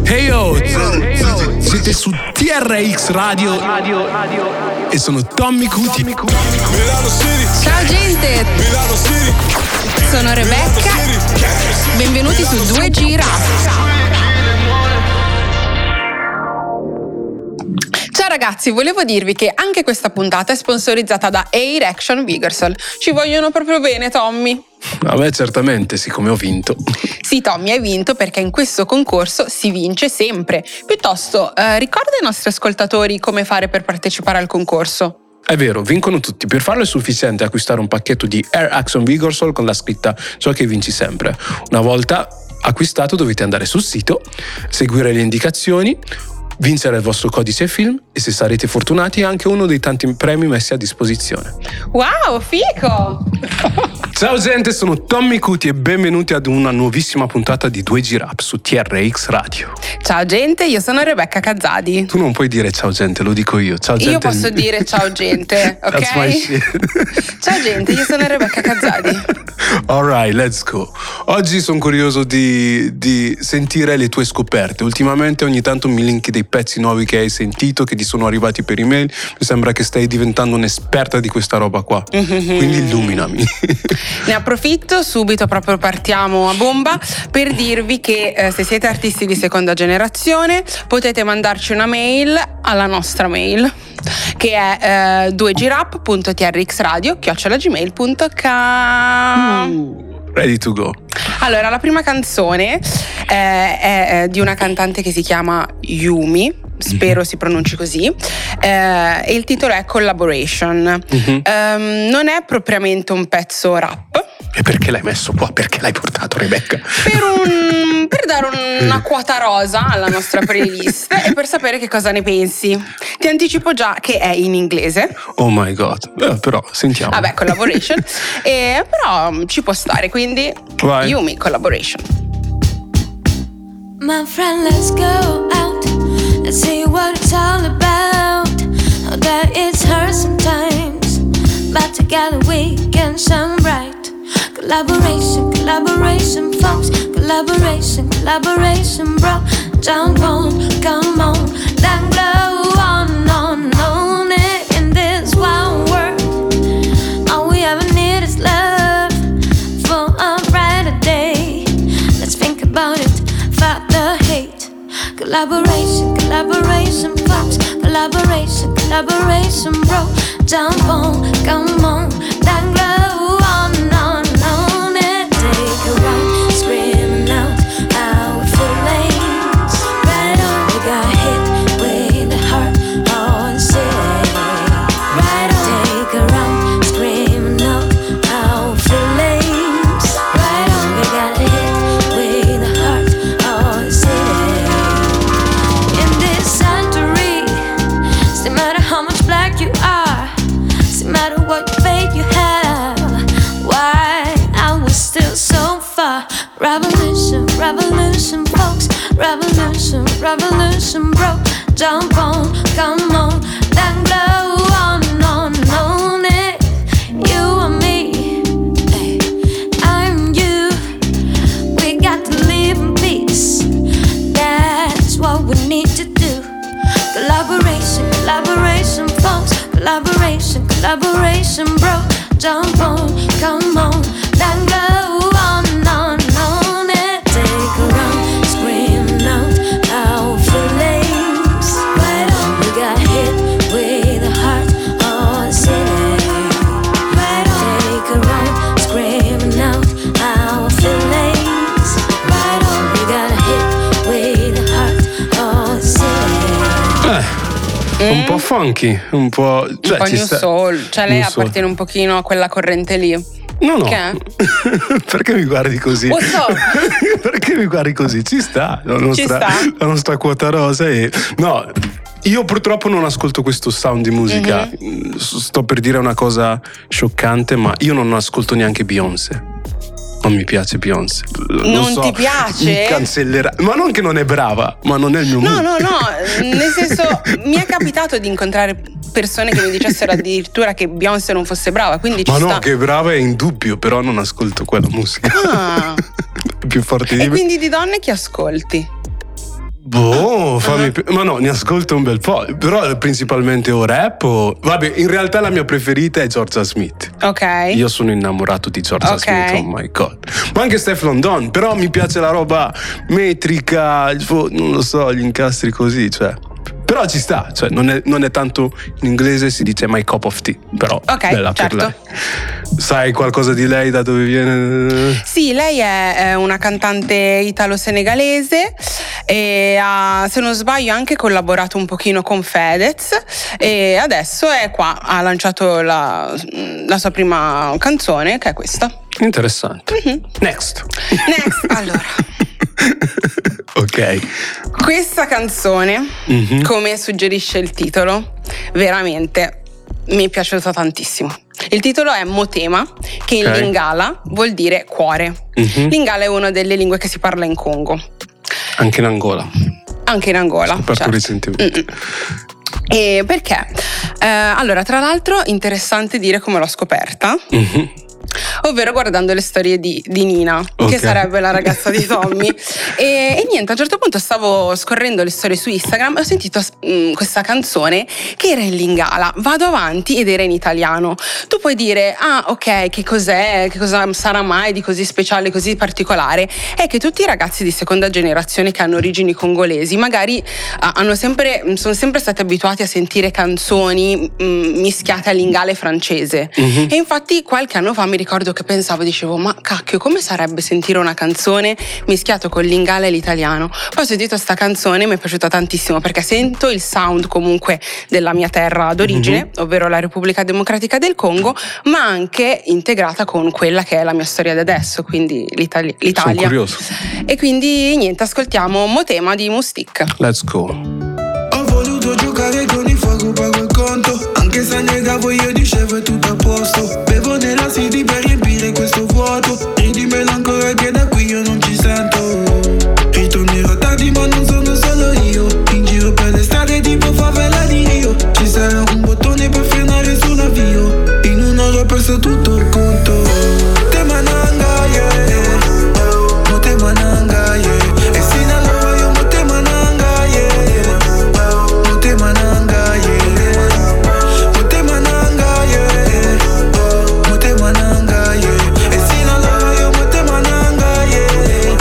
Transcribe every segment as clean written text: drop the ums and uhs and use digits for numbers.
Hey yo, siete su TRX Radio e sono Tommy Cuti. Ciao gente, sono Rebecca, benvenuti su 2G Rap. Ciao ragazzi, volevo dirvi che anche questa puntata è sponsorizzata da Air Action Vigorsol. Ci vogliono proprio bene, Tommy. A me certamente, siccome ho vinto. Sì, Tommy, hai vinto perché in questo concorso si vince sempre. Piuttosto, ricorda ai nostri ascoltatori come fare per partecipare al concorso. È vero, vincono tutti. Per farlo è sufficiente acquistare un pacchetto di Air Action Vigorsol con la scritta "so che vinci sempre". Una volta acquistato dovete andare sul sito, seguire le indicazioni, vincere il vostro codice film e, se sarete fortunati, anche uno dei tanti premi messi a disposizione. Wow, fico! Ciao gente, sono Tommy Cuti e benvenuti ad una nuovissima puntata di 2G Rap su TRX Radio. Ciao gente, io sono Rebecca Cazzadi. Tu non puoi dire ciao gente, lo dico io. Ciao gente. Io posso dire ciao gente, ok? That's my shit. Ciao gente, io sono Rebecca Cazzadi. Alright, let's go. Oggi sono curioso di sentire le tue scoperte. Ultimamente ogni tanto mi linki dei pezzi nuovi che hai sentito, che ti sono arrivati per email. Mi sembra che stai diventando un'esperta di questa roba qua. Quindi illuminami. Ne approfitto, subito proprio partiamo a bomba per dirvi che se siete artisti di seconda generazione potete mandarci una mail alla nostra mail, che è 2grapp.trxradio@gmail.com. Ready to go. Allora, la prima canzone è di una cantante che si chiama Yumi, spero si pronunci così, e il titolo è Collaboration. Non è propriamente un pezzo rap. E perché l'hai messo qua? Perché l'hai portato, Rebecca? Per dare una quota rosa alla nostra playlist e per sapere che cosa ne pensi. Ti anticipo già che è in inglese. Oh my god. Però sentiamo. Vabbè, Collaboration. Però ci può stare, quindi Vai. Yumi, Collaboration. My friend, let's go out and see what it's all about. Know that it's hard sometimes, but together we can shine bright. Collaboration, collaboration, folks. Collaboration, collaboration, bro. Jump on, come on, then blow on it. In this wild world, all we ever need is love for a brighter day. Let's think about it, fuck the hate. Collaboration, collaboration, folks. Collaboration, collaboration, bro. Jump on, come on, then blow on it. Take a run, screaming out our feelings. Right on, we got hit with the heart on city. Right on, take a run, screaming out our feelings. Right on, we got hit with the heart on city. In this century, no matter how much black you are, no matter what faith you have, why I was still so far. Revolution, revolution, folks. Revolution, revolution, bro. Jump on, come on, then blow on it. You and me, hey, I'm you. We got to live in peace. That's what we need to do. Collaboration, collaboration, folks. Collaboration, collaboration, bro. Jump on, come on, then go on it. Take a run, screaming out our feelings. Right on, we got hit with a heart on city. Right on, take a run, screaming out our feelings. Right on, we got hit with a heart on city. Un po' funky, un po'. Cioè, Un po' new soul, cioè lei New soul. appartiene un pochino a quella corrente lì. No. Che? Perché mi guardi così? What's up? Perché mi guardi così? Ci sta la nostra quota rosa. No, io purtroppo non ascolto questo sound di musica. Sto per dire una cosa scioccante, ma io non ascolto neanche Beyoncé. Non mi piace Beyoncé. Non ti piace? Mi cancellerà. Ma non che non è brava, ma non è il mio mood. No, nel senso, mi è capitato di incontrare persone che mi dicessero addirittura che Beyoncé non fosse brava, quindi ci Ma sta. no, che brava è indubbio, però non ascolto quella musica. Ah. Più forte di E me. quindi di donne chi ascolti? Ma no, ne ascolto un bel po', però principalmente o rap o... Vabbè, in realtà la mia preferita è Georgia Smith. Ok. Io sono innamorato di Georgia Smith, oh my god. Ma anche Stefflon Don, però mi piace la roba metrica, non lo so, gli incastri così, cioè... Però ci sta, cioè non è tanto, in inglese si dice my cup of tea, però bella certo. per lei. Sai qualcosa di lei, da dove viene? Sì, lei è una cantante italo-senegalese e ha, se non sbaglio, anche collaborato un pochino con Fedez e adesso è qua, ha lanciato la sua prima canzone, che è questa. Interessante. Next, allora. Ok. Questa canzone, come suggerisce il titolo, veramente mi è piaciuta tantissimo. Il titolo è Motema, che in Lingala vuol dire cuore. Lingala è una delle lingue che si parla in Congo. Anche in Angola. Scoperto recentemente. E perché? Allora, tra l'altro, interessante dire come l'ho scoperta. Ovvero guardando le storie di Nina, che sarebbe la ragazza di Tommy. e niente, a un certo punto stavo scorrendo le storie su Instagram e ho sentito questa canzone che era in Lingala. Vado avanti ed era in italiano. Tu puoi dire, ok, che cos'è, che cosa sarà mai di così speciale, così particolare? È che tutti i ragazzi di seconda generazione che hanno origini congolesi magari sono sempre stati abituati a sentire canzoni mischiate a lingala e francese. E infatti qualche anno fa mi ricordo che pensavo, dicevo, ma cacchio, come sarebbe sentire una canzone mischiato con l'ingala e l'italiano? Poi ho sentito sta canzone e mi è piaciuta tantissimo perché sento il sound comunque della mia terra d'origine, ovvero la Repubblica Democratica del Congo, ma anche integrata con quella che è la mia storia di adesso, quindi l'Italia. Sono curioso. E quindi niente, ascoltiamo Motema di Mustic. Let's go. Ho voluto giocare con il fuoco, pago il conto. Anche se negavo io dicevo è tutto a posto. Bevo nella city per riempire questo vuoto. Ridimelo ancora che da qui io non ci sento. Ritornerò tardi ma non sono solo io. In giro per le strade tipo favela di Rio. Ci sarà un bottone per frenare sull'avvio. In un'ora ho perso tutto il conto. Temananga, yeah. Motemananga, yeah. E sinaloa io motemananga, yeah. Motemananga, yeah. Motemananga, yeah. Motemananga, yeah. E sinaloa io motemananga, yeah.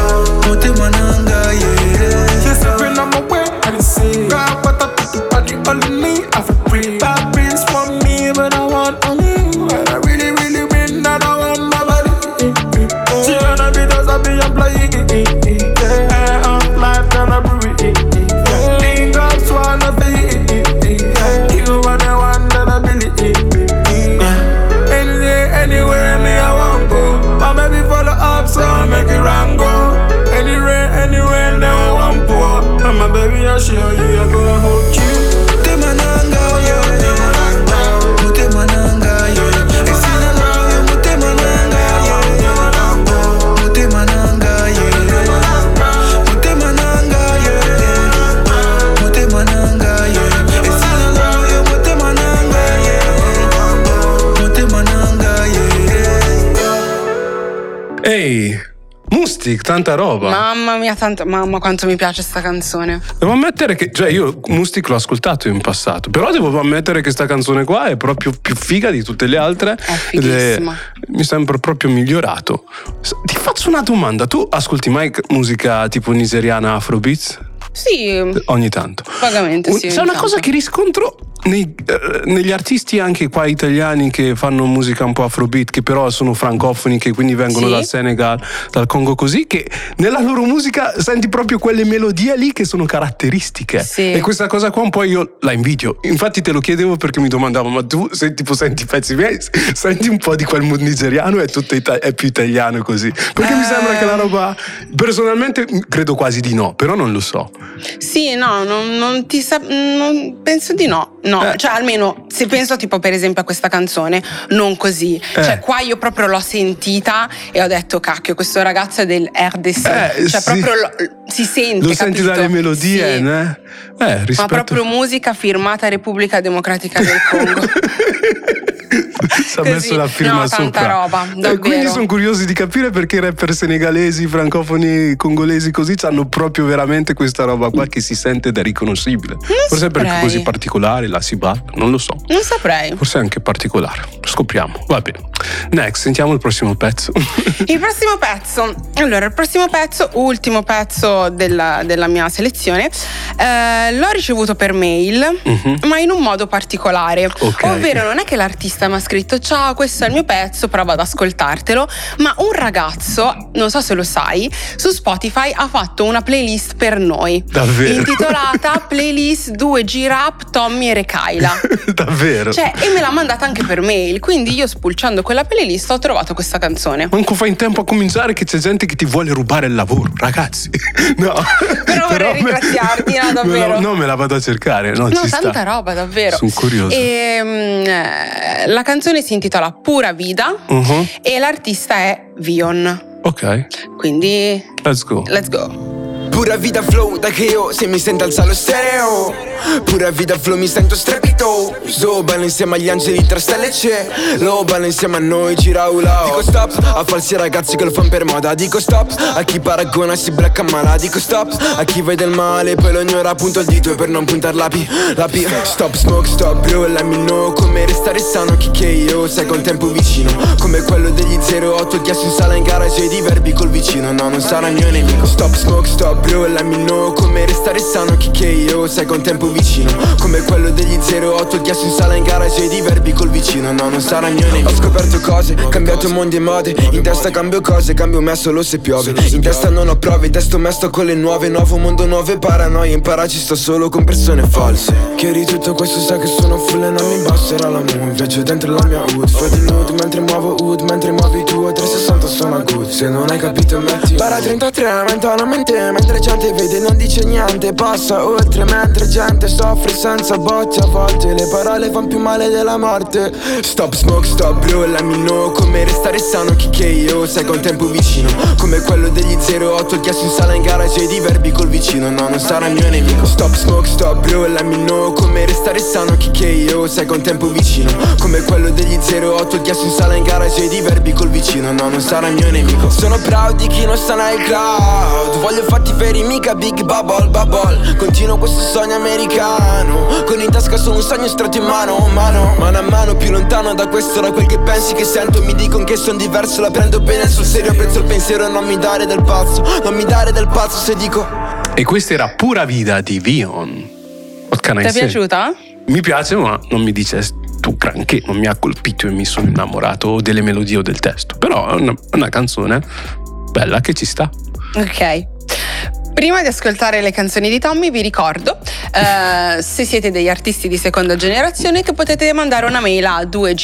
Motemananga, yeah. Yes, I've been on my way, I didn't see. God, what I put the body on me, I feel free. Bad dreams for me, but I want only you. And I really, really mean that I want my body. She wanna be does I be employee. Yeah, I'm life gonna breathe. Think of swallow of it. You are the one that I believe. Anywhere, me I want go. But maybe follow up, so I make it wrong go. Anywhere, now I want pour. And my baby, I show you, I gonna hold you. Temananga, yeah. Motemananga, yeah. E sinaloa io motemananga, yeah. Motemananga, yeah. Motemananga, yeah. Motemananga, yeah. E sinaloa io motemananga, yeah. Motemananga, yeah. Ehi, Mustic, tanta roba. Mamma mia, mamma quanto mi piace sta canzone. Devo ammettere che, cioè, io Mustic l'ho ascoltato in passato, però devo ammettere che sta canzone qua è proprio più figa di tutte le altre. È fighissima. Mi sembra proprio migliorato. Ti faccio una domanda: tu ascolti mai musica tipo nigeriana, Afrobeats? Sì, Ogni tanto. vagamente sì. C'è una cosa che riscontro negli artisti anche qua italiani che fanno musica un po' afrobeat, che però sono francofoni, che quindi vengono dal Senegal, dal Congo, così, che nella loro musica senti proprio quelle melodie lì che sono caratteristiche. Sì. E questa cosa qua un po' io la invidio. Infatti te lo chiedevo perché mi domandavo, ma tu senti i pezzi miei, senti un po' di quel mood nigeriano, è più italiano così? Perché mi sembra che la roba, personalmente credo quasi di no, però non lo so. Sì, no, non penso di no. No, cioè almeno se penso tipo per esempio a questa canzone, non così. Cioè qua io proprio l'ho sentita e ho detto cacchio, questo ragazzo è del RDC. Cioè sì. proprio si sente, lo senti capito? dalle melodie, sì. né? Rispetto... Ma proprio musica firmata Repubblica Democratica del Congo. ci ha messo la firma sopra. Tanta roba, davvero. E quindi sono curiosi di capire perché i rapper senegalesi, francofoni, congolesi così hanno proprio veramente questa roba qua che si sente da riconoscibile. Forse è perché è così particolare, la Sibak, non lo so. Non saprei. Forse è anche particolare, scopriamo. Va bene. Next, sentiamo il prossimo pezzo. Il prossimo pezzo. Allora, il prossimo pezzo, ultimo pezzo della mia selezione, l'ho ricevuto per mail, ma in un modo particolare. Okay. Ovvero, non è che l'artista mi ha scritto ciao, questo è il mio pezzo, prova ad ascoltartelo, ma un ragazzo, non so se lo sai, su Spotify ha fatto una playlist per noi. Davvero? Intitolata Playlist 2G Rap Tommy e Rekaila. Davvero? Cioè, e me l'ha mandata anche per mail, quindi io spulciando quella playlist ho trovato questa canzone. Manco fai in tempo a cominciare che c'è gente che ti vuole rubare il lavoro, ragazzi. No. Però vorrei ringraziarti, no, davvero. No, me la vado a cercare. No, ci tanta sta. roba, davvero. Sono curioso. La canzone si intitola Pura Vida e l'artista è Vion. Ok. Quindi Let's go. Pura vida flow da che io se mi sento alza lo stereo. Pura vida flow mi sento strepitoso. Ballo insieme agli angeli tra stelle e cielo. Ballo insieme a noi gira ula. Dico stop a falsi ragazzi che lo fan per moda. Dico stop a chi paragona si blacca mala. Dico stop a chi vede il male poi lo ignora, punto il dito e per non puntar la P. Stop smoke stop bro, let me know come restare sano chi che io sai con tempo vicino. Come quello degli 08 chiesto in sala in garage e di verbi col vicino. No, non sarà il mio nemico. Stop smoke stop bro, let me know come restare sano chi che io sai con tempo vicino. Come quello degli 08 chiesto in sala in garage e di verbi col vicino. No, non sarà il mio nemico. Ho scoperto cose, cambiato mondi e mode. In testa cambio cose, cambio me solo se piove. In testa non ho prove, testo me sto con le nuove. Nuovo mondo, nuove paranoie. In para ci sto solo con persone false. Che di tutto questo sai che sono full e non mi basterà la mood. Viaggio dentro la mia hood, fuori nude mentre muovo hood. Mentre muovi tu a 360 sono good. Se non hai capito metti para 33 mentalmente. Mentre gente vede non dice niente. Passa oltre mentre gente soffre senza bocce. A volte le parole fanno più male della morte. Stop smoke stop bro, let me know come restare sano chi che io sai con tempo vicino. Come quello degli 08 chiesto in sala in garage e di verbi col vicino. No, non sarà il mio nemico. Stop smoke stop bro, let me know come restare sano chi che io sai con tempo vicino. Come quello degli 08 chiesto in sala in garage e di verbi col vicino. No, non sarà il mio nemico. Sono proud di chi non sta nel cloud. Voglio fatti veri mica big bubble. Continuo questo sogno americano. Con in tasca solo un sogno stretto in mano a mano, più lontano da questo, da quel che pensi che sento. Mi dicono che son diverso, la prendo bene sul serio. Apprezzo il pensiero, non mi dare del pazzo. Non mi dare del pazzo se dico. E questa era Pura Vida di Vion. Ti è piaciuta? Mi piace, ma non mi dice tu granché, non mi ha colpito e mi sono innamorato delle melodie o del testo. Però è una canzone bella che ci sta. Ok. Prima di ascoltare le canzoni di Tommy vi ricordo, se siete degli artisti di seconda generazione, che potete mandare una mail a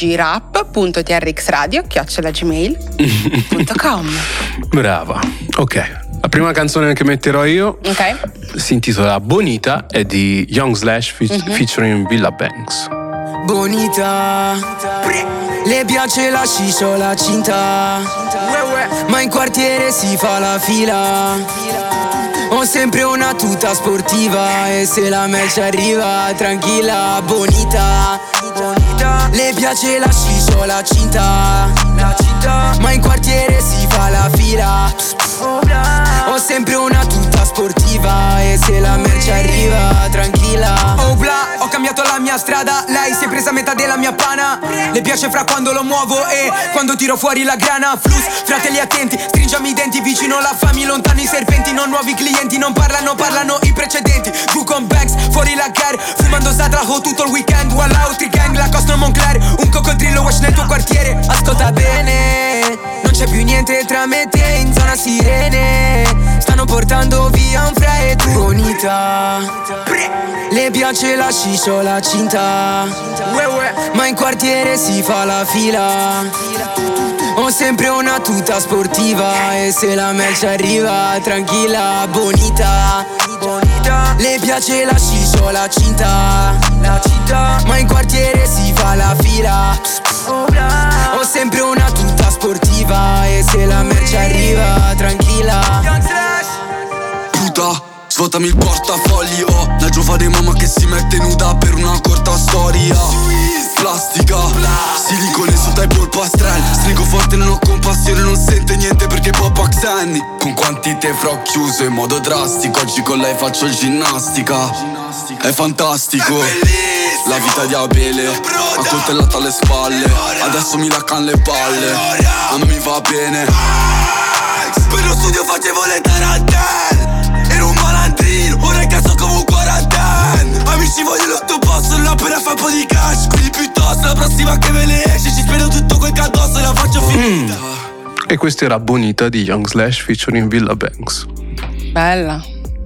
2grap.trxradio@gmail.com. Brava. Ok, la prima canzone che metterò io si intitola Bonita, è di Young Slash featuring Villa Banks. Bonita, le piace la shisha o la cinta, ma in quartiere si fa la fila. Ho sempre una tuta sportiva e se la merce arriva tranquilla. Bonita, le piace la shisha o la cinta, ma in quartiere si fa la fila. Ho sempre una tuta sportiva e se la merce arriva tranquilla. Oh bla, ho cambiato la mia strada, lei si è presa metà della mia pana. Le piace fra quando lo muovo e quando tiro fuori la grana. Flus, fratelli attenti, stringiamo i denti, vicino la fami, lontano i serpenti. Non nuovi clienti, non parlano i precedenti. Giù con Banks, fuori la car, fumando Satraho tutto il weekend. Walla, altri gang, la Costa Moncler, un coccodrillo wash nel tuo quartiere. Ascolta bene, non c'è più niente tra me e te in zona sirene. Stanno portando via un fra e tu. Bonita, le piace la shisha o la cinta, ma in quartiere si fa la fila. Ho sempre una tuta sportiva e se la merce arriva tranquilla. Bonita, le piace la shisha o la cinta, ma in quartiere si fa la fila. Ho sempre una tuta sportiva e se la merce arriva tranquilla. Puta, Svuotami il portafogli, oh, la giova di mamma che si mette nuda per una corta storia. Plastica, silicone sotto ai polpastrelli. Stringo forte, non ho compassione, non sente niente perché pop Andy. Con quanti te fra chiuso in modo drastico. Oggi con lei faccio ginnastica. È fantastico, la vita di Abele, accoltellata alle spalle. Adesso mi laccan le palle, a me mi va bene. Per lo studio facevo le tarantelle, ero un malandrino, ora in casa come un quarantenne. Amici vogliono il tuo posto, non appena fa un po' di cash. Quindi piuttosto la prossima che me ne esce, ci spero tutto quel addosso e la faccio finita. E questa era Bonita di Young Slash featuring Villa Banks. Bella.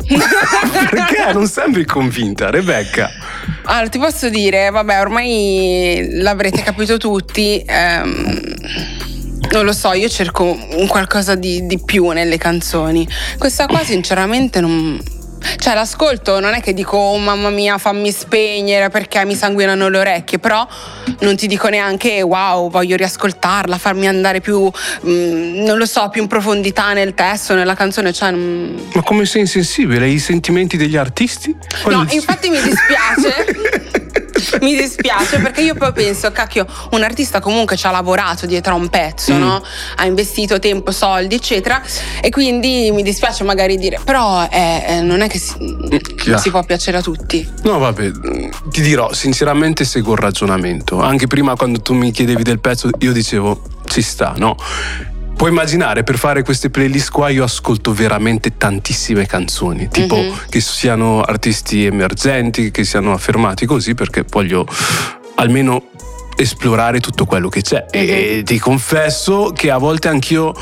Perché non sembri convinta, Rebecca? Allora, ti posso dire, vabbè, ormai l'avrete capito tutti. Non lo so, io cerco un qualcosa di più nelle canzoni. Questa qua sinceramente non... Cioè l'ascolto, non è che dico oh mamma mia fammi spegnere perché mi sanguinano le orecchie, però non ti dico neanche wow voglio riascoltarla, farmi andare più non lo so, più in profondità nel testo, nella canzone, cioè Ma come sei insensibile ai sentimenti degli artisti? No, infatti mi dispiace. Mi dispiace perché io poi penso, cacchio, un artista comunque ci ha lavorato dietro a un pezzo, no? Ha investito tempo, soldi, eccetera, e quindi mi dispiace magari dire, però non è che si può piacere a tutti. No, vabbè, ti dirò, sinceramente seguo il ragionamento. Anche prima quando tu mi chiedevi del pezzo io dicevo, ci sta, no? Puoi immaginare, per fare queste playlist qua io ascolto veramente tantissime canzoni, tipo che siano artisti emergenti, che siano affermati così, perché voglio almeno esplorare tutto quello che c'è. E ti confesso che a volte anch'io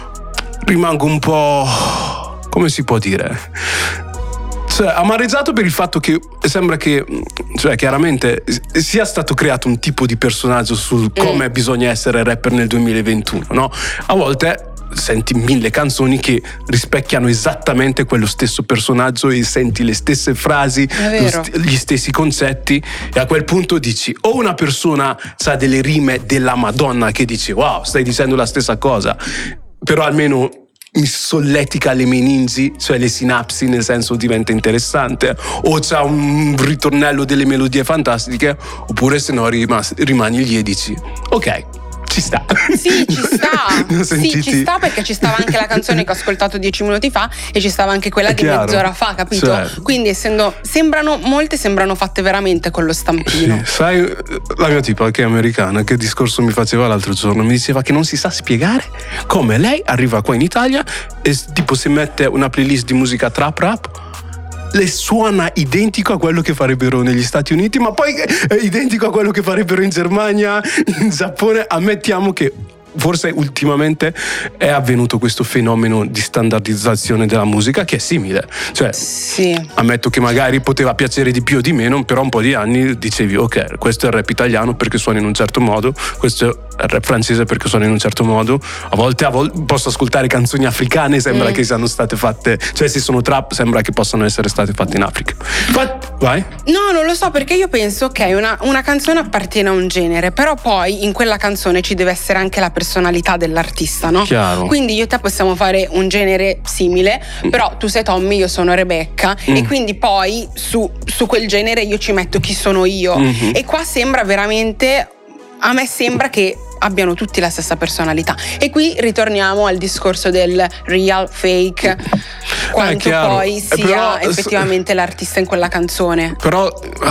rimango un po', come si può dire, cioè amareggiato per il fatto che sembra che, cioè chiaramente sia stato creato un tipo di personaggio sul come bisogna essere rapper nel 2021, no? A volte senti 1000 canzoni che rispecchiano esattamente quello stesso personaggio e senti le stesse frasi, gli stessi concetti, e a quel punto dici o una persona ha delle rime della Madonna che dici wow stai dicendo la stessa cosa, però almeno mi solletica le meningi, cioè le sinapsi, nel senso diventa interessante, o c'ha un ritornello delle melodie fantastiche, oppure se no rimani lì e dici ok, ci sta. Sì, ci sta. Sì, ci sta, perché ci stava anche la canzone che ho ascoltato 10 minuti fa e ci stava anche quella di mezz'ora fa, capito? Certo. Quindi essendo molte sembrano fatte veramente con lo stampino. Sì, sai, la mia tipa che è americana, che discorso mi faceva l'altro giorno, mi diceva che non si sa spiegare come lei arriva qua in Italia e tipo si mette una playlist di musica trap rap, le suona identico a quello che farebbero negli Stati Uniti, ma poi è identico a quello che farebbero in Germania, in Giappone. Ammettiamo che forse ultimamente è avvenuto questo fenomeno di standardizzazione della musica che è simile, cioè sì. Ammetto che magari poteva piacere di più o di meno, però un po' di anni dicevi ok, questo è il rap italiano perché suona in un certo modo, questo è il rap francese perché suona in un certo modo, a volte posso ascoltare canzoni africane, sembra che siano state fatte, cioè se sono trap sembra che possano essere state fatte in Africa. Vai? No, non lo so, perché io penso ok, una canzone appartiene a un genere, però poi in quella canzone ci deve essere anche la personalità dell'artista, no? Chiaro. Quindi io e te possiamo fare un genere simile, però tu sei Tommy, io sono Rebecca, e quindi poi su quel genere io ci metto chi sono io. E qua sembra veramente, a me sembra che abbiano tutti la stessa personalità. E qui ritorniamo al discorso del real, fake, quanto poi sia però, effettivamente l'artista in quella canzone. Però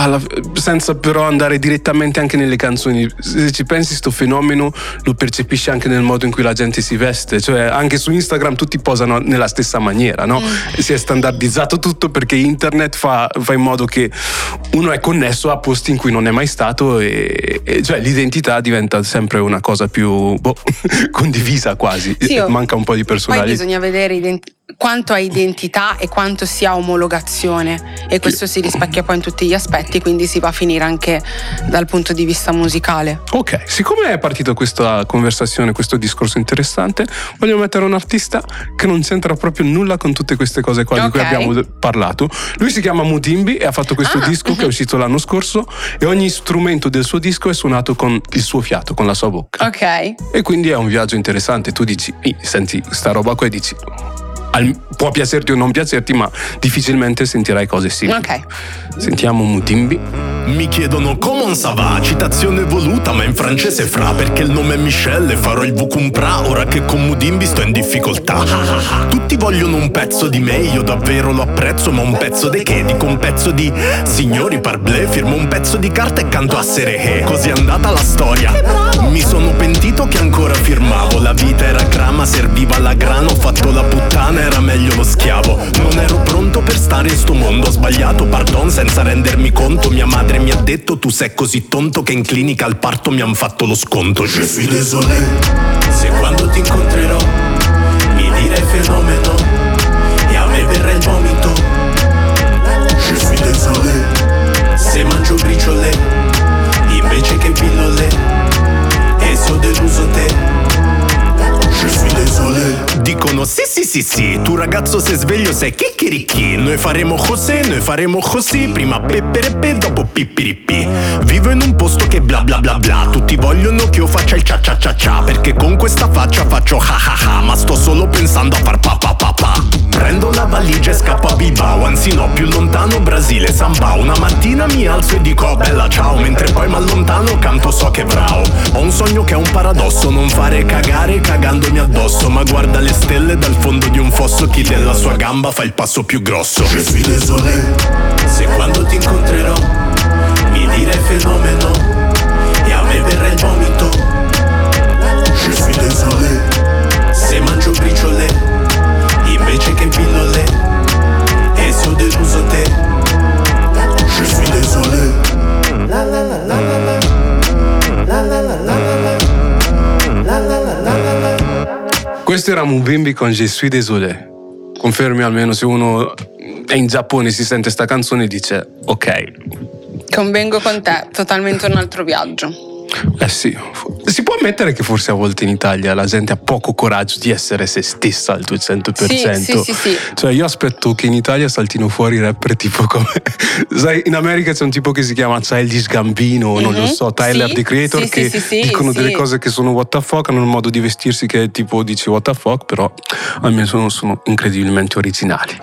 senza però andare direttamente anche nelle canzoni, se ci pensi sto fenomeno lo percepisci anche nel modo in cui la gente si veste, cioè anche su Instagram tutti posano nella stessa maniera, no? Si è standardizzato tutto perché internet fa in modo che uno è connesso a posti in cui non è mai stato e cioè l'identità diventa sempre una cosa più condivisa quasi, sì, manca un po' di personalità. Poi bisogna vedere quanto ha identità e quanto sia omologazione, e questo si rispecchia poi in tutti gli aspetti, quindi si va a finire anche dal punto di vista musicale. Ok, siccome è partita questa conversazione, questo discorso interessante, voglio mettere un artista che non c'entra proprio nulla con tutte queste cose qua di cui abbiamo parlato. Lui si chiama Mutimbi e ha fatto questo disco che è uscito l'anno scorso, e ogni strumento del suo disco è suonato con il suo fiato, con la sua bocca. Ok. E quindi è un viaggio interessante. Tu dici, senti sta roba qua e dici può piacerti o non piacerti, ma difficilmente sentirai cose simili. Ok. Sentiamo Mutimbi. Mi chiedono come ça va, citazione voluta ma in francese fra, perché il nome è Michelle e farò il Vucumpra ora che con Mudimbi sto in difficoltà. Tutti vogliono un pezzo di me, io davvero lo apprezzo, ma un pezzo di che? Dico un pezzo di signori parblé, firmo un pezzo di carta e canto a Serehé. Così è andata la storia. Mi sono pentito che ancora firmavo, la vita era grama, serviva la grana, ho fatto la puttana, era meglio lo schiavo. Non ero pronto per stare in sto mondo, ho sbagliato, pardon, senza rendermi conto. Mia madre mi ha detto tu sei così tonto che in clinica al parto mi han fatto lo sconto. Je suis désolé, se quando ti incontrerò mi direi fenomeno e a me verrà il vomito. Je suis désolé, se mangio briciole invece che pillole e so deluso te. Je suis désolé. Dicono sì, tu ragazzo se sveglio sei chicchirichi. Noi faremo così, prima peperepe, dopo pipiripi. Vivo in un posto che bla bla bla bla. Tutti vogliono che io faccia il cia cia cia cia, perché con questa faccia faccio ha ha ha, ma sto solo pensando a far pa pa pa pa. Prendo la valigia e scappo a Bilbao, anzi no, più lontano Brasile, San Pao. Una mattina mi alzo e dico oh, bella ciao, mentre poi m'allontano canto so che bravo. Ho un sogno che è un paradosso, non fare cagare cagandomi addosso, ma guarda le stelle dal fondo di un fosso, chi della sua gamba fa il passo più grosso. Je suis désolé, se quando ti incontrerò mi direi fenomeno e a me verrà il vomito. Je suis désolé, se mangio briciole invece che pillole e so deluso te. Je suis désolé. La la la la la la. La la la la la la. La la la la la la. Questo era Muvimbi con Je suis désolé. Confermi almeno se uno è in Giappone e si sente sta canzone e dice ok. Convengo con te, totalmente un altro viaggio. Sì, si può ammettere che forse a volte in Italia la gente ha poco coraggio di essere se stessa al 200%. Sì. Cioè io aspetto che in Italia saltino fuori rapper tipo come sai, in America c'è un tipo che si chiama Childish Gambino, non lo so, Tyler the Creator, che dicono delle cose che sono what the fuck, hanno un modo di vestirsi che tipo dici what the fuck, però almeno sono incredibilmente originali.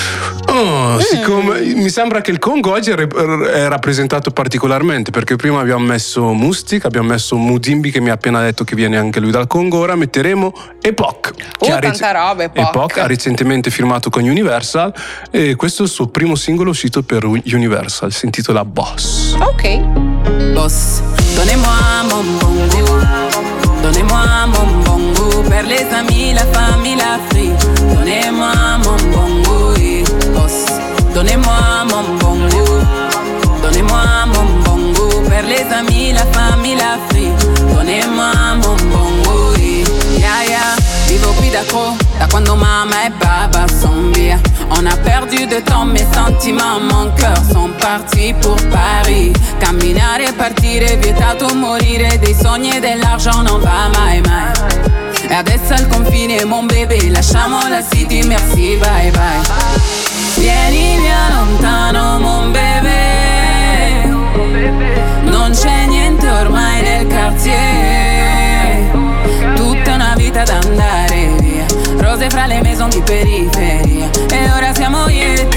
Siccome mi sembra che il Congo oggi è rappresentato particolarmente, perché prima abbiamo messo Mustic, abbiamo messo Mudimbi che mi ha appena detto che viene anche lui dal Congo, ora metteremo Epoch. Tanta roba, Epoch ha recentemente firmato con Universal e questo è il suo primo singolo uscito per Universal, si intitola Boss. Ok. Boss, donnez-moi mon bon goût, donnez-moi mon bon goût, per les amis, la famille, l'Afrique, donnez-moi mon bon goût, boss, donnez-moi mon bon goût, donnez-moi mon bon goût, per les amis, la famille, l'Afrique, donnez-moi mon bon goût, yeah, vivo qui da quando mamma e baba son via. On a perdu de temps, mes sentiments, mon cœur sont partis pour Paris. Camminare e partire, vietato morire, dei sogni e dell'argent non va mai. E adesso al confine, mon bébé, lasciamo la city, merci, bye bye. Vieni via lontano, mon bébé, non c'è niente ormai nel quartier, tutta una vita da andare via, rose fra le maison di periferia, e ora siamo io e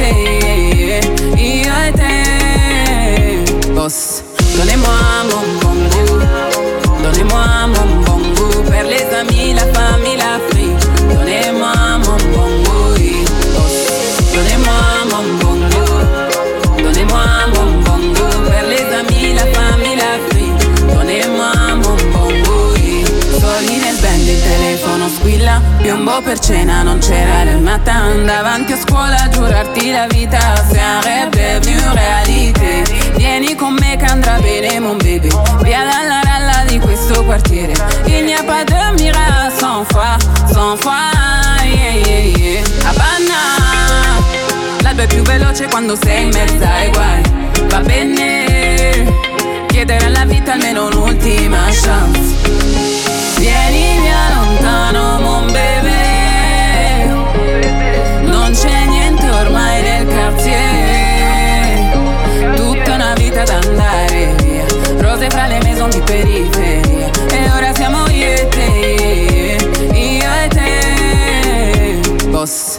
te, boss, donnez-moi mon bon goût, donnez-moi mon bon goût, per les amis, la famille, l'Afrique, donnez-moi mon bon goût, boss, donnez-moi mon bon goût, donnez-moi mon bon goût, per les amis, la famille, l'Afrique, donnez-moi mon bon goût. Soldi nel band, il telefono squilla, piombo per cena, non c'era le matin. Davanti a scuola a giurarti la vita, c'est un rêve devenu réalité. Vieni con me che andrà bene mon bébé, via dalla ralla di questo quartiere. Il n'y a pas de miracle sans foi, yeah. Havana, l'alba è più veloce quando sei in mezzo ai guai. Va bene, chiedere alla vita almeno un'ultima chance. Vieni via lontano mon bébé, non c'è niente ormai nel quartier, tutta una vita da andare via, rose fra le maison di periferia, e ora siamo io e te, boss.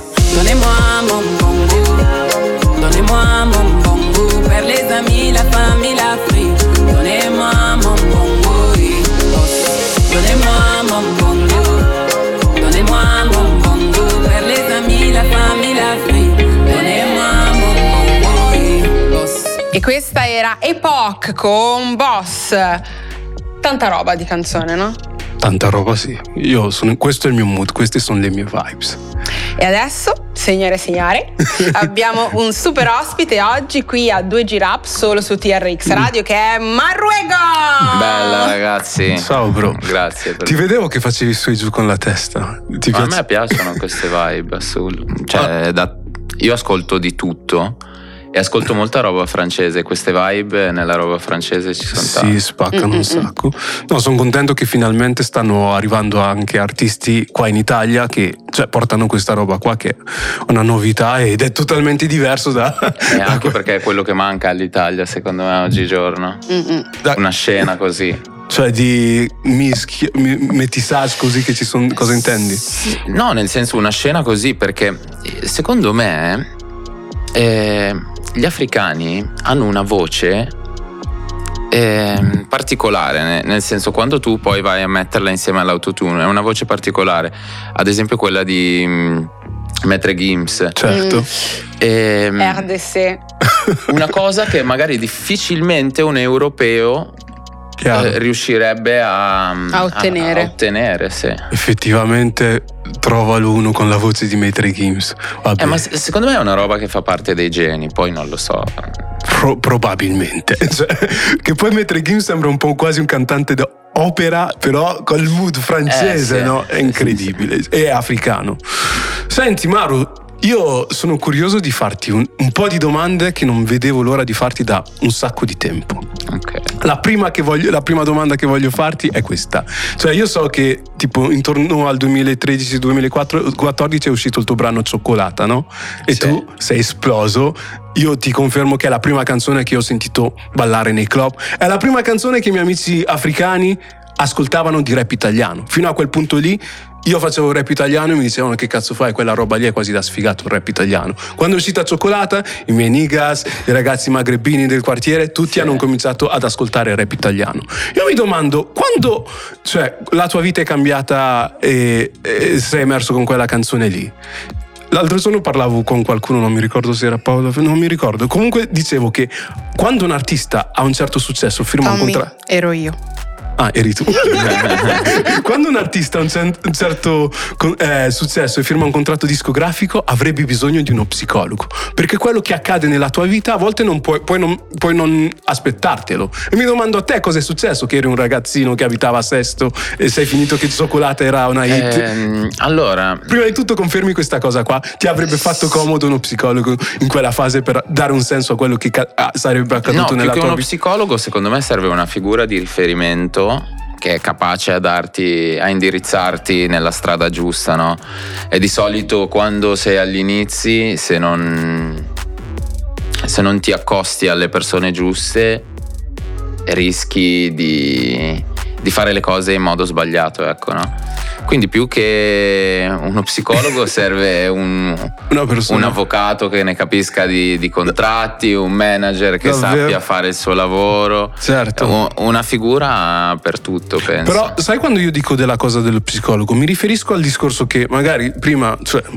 Donnez-moi mon bongo, donnez-moi mon bongo. Per les amis, la famille, l'Afrique. Donnez-moi mon bongo, donnez-moi mon bongo, donnez-moi mon bongo. Per les amis, la famille, l'Afrique. Donnez-moi mon bongo, E questa era Epoch con Boss. Tanta roba di canzone, no? Tanta roba, sì. Questo è il mio mood, queste sono le mie vibes. E adesso, signore e signore, abbiamo un super ospite oggi qui a 2G Rap solo su TRX Radio, che è Marruego! Bella, ragazzi. Ciao bro. Grazie per... Ti vedevo che facevi su e giù con la testa. A me piacciono queste vibe, cioè, io ascolto di tutto e ascolto molta roba francese. Queste vibe nella roba francese ci sono tante. Sì, spaccano un sacco. No, sono contento che finalmente stanno arrivando anche artisti qua in Italia che portano questa roba qua, che è una novità ed è totalmente diverso da... anche perché è quello che manca all'Italia secondo me oggigiorno. Una scena così. Cioè di métissage così che ci sono... Cosa intendi? No, nel senso una scena così, perché secondo me gli africani hanno una voce particolare, nel senso, quando tu poi vai a metterla insieme all'autotune è una voce particolare, ad esempio quella di Maître Gims. Certo. RDC. Una cosa che magari difficilmente un europeo riuscirebbe a ottenere, sì. Effettivamente trovalo uno con la voce di Maître Gims. Ma secondo me è una roba che fa parte dei geni, poi non lo so. Probabilmente. Che poi Maître Gims sembra un po' quasi un cantante d'opera, però col mood francese, sì. no? È incredibile. Sì. È africano. Senti Maru, io sono curioso di farti un po' di domande che non vedevo l'ora di farti da un sacco di tempo. Okay. La prima domanda che voglio farti è questa. Cioè io so che tipo intorno al 2013-2014 è uscito il tuo brano Cioccolata, no? E sì. Tu sei esploso. Io ti confermo che è la prima canzone che ho sentito ballare nei club. È la prima canzone che i miei amici africani ascoltavano di rap italiano. Fino a quel punto lì io facevo rap italiano e mi dicevano: che cazzo fai? Quella roba lì è quasi da sfigato, il rap italiano. Quando è uscita Cioccolata, i miei niggas, i ragazzi magrebini del quartiere, tutti hanno cominciato ad ascoltare il rap italiano. Io mi domando, quando la tua vita è cambiata e sei emerso con quella canzone lì? L'altro giorno parlavo con qualcuno, non mi ricordo se era Paolo, non mi ricordo. Comunque dicevo che quando un artista ha un certo successo firma un contratto. Ero io. Ah, eri tu. Quando un artista ha un certo successo e firma un contratto discografico, avrebbe bisogno di uno psicologo, perché quello che accade nella tua vita a volte non puoi non aspettartelo. E mi domando a te cosa è successo, che eri un ragazzino che abitava a Sesto e sei finito che Cioccolata era una hit. Allora, prima di tutto confermi questa cosa qua? Ti avrebbe fatto comodo uno psicologo in quella fase per dare un senso a quello che sarebbe accaduto nella tua vita? No, più che uno psicologo secondo me serve una figura di riferimento che è capace a indirizzarti nella strada giusta, no? E di solito quando sei agli inizi, se non ti accosti alle persone giuste, rischi di fare le cose in modo sbagliato, ecco, no? Quindi più che uno psicologo serve un avvocato che ne capisca di contratti, un manager che sappia fare il suo lavoro. Certo. Una figura per tutto, penso. Però sai, quando io dico della cosa dello psicologo, mi riferisco al discorso che magari prima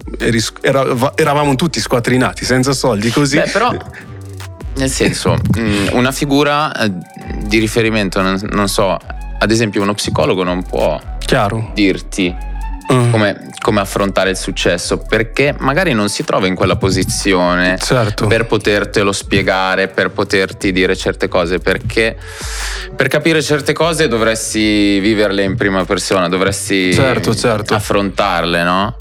eravamo tutti squattrinati senza soldi, così. Beh, però nel senso, una figura di riferimento, non so, ad esempio uno psicologo non può dirti come affrontare il successo, perché magari non si trova in quella posizione per potertelo spiegare, per poterti dire certe cose, perché per capire certe cose dovresti viverle in prima persona, dovresti affrontarle, no?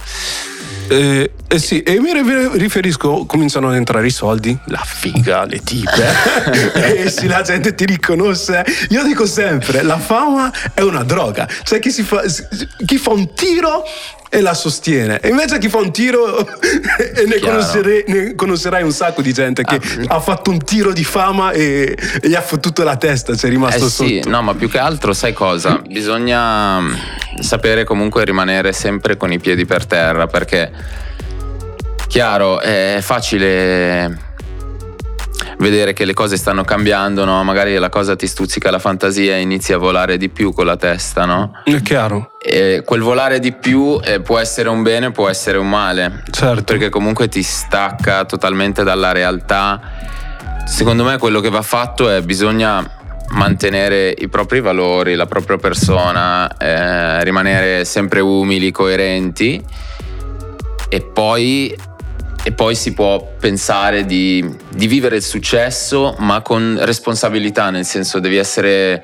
Sì, e mi riferisco, cominciano ad entrare i soldi, la figa, le tipe, e se la gente ti riconosce. Io dico sempre, la fama è una droga, cioè chi fa un tiro e la sostiene, e invece chi fa un tiro e ne conoscerai un sacco di gente che ha fatto un tiro di fama e gli ha fottuto la testa, c'è rimasto sotto. Sì, no, ma più che altro sai cosa? Bisogna sapere comunque rimanere sempre con i piedi per terra, perché chiaro, è facile vedere che le cose stanno cambiando, no? Magari la cosa ti stuzzica la fantasia e inizi a volare di più con la testa, no? È chiaro. E quel volare di più può essere un bene, può essere un male. Certo. Perché comunque ti stacca totalmente dalla realtà. Secondo me quello che va fatto è bisogna mantenere i propri valori, la propria persona, rimanere sempre umili, coerenti e poi si può pensare di vivere il successo, ma con responsabilità, nel senso devi essere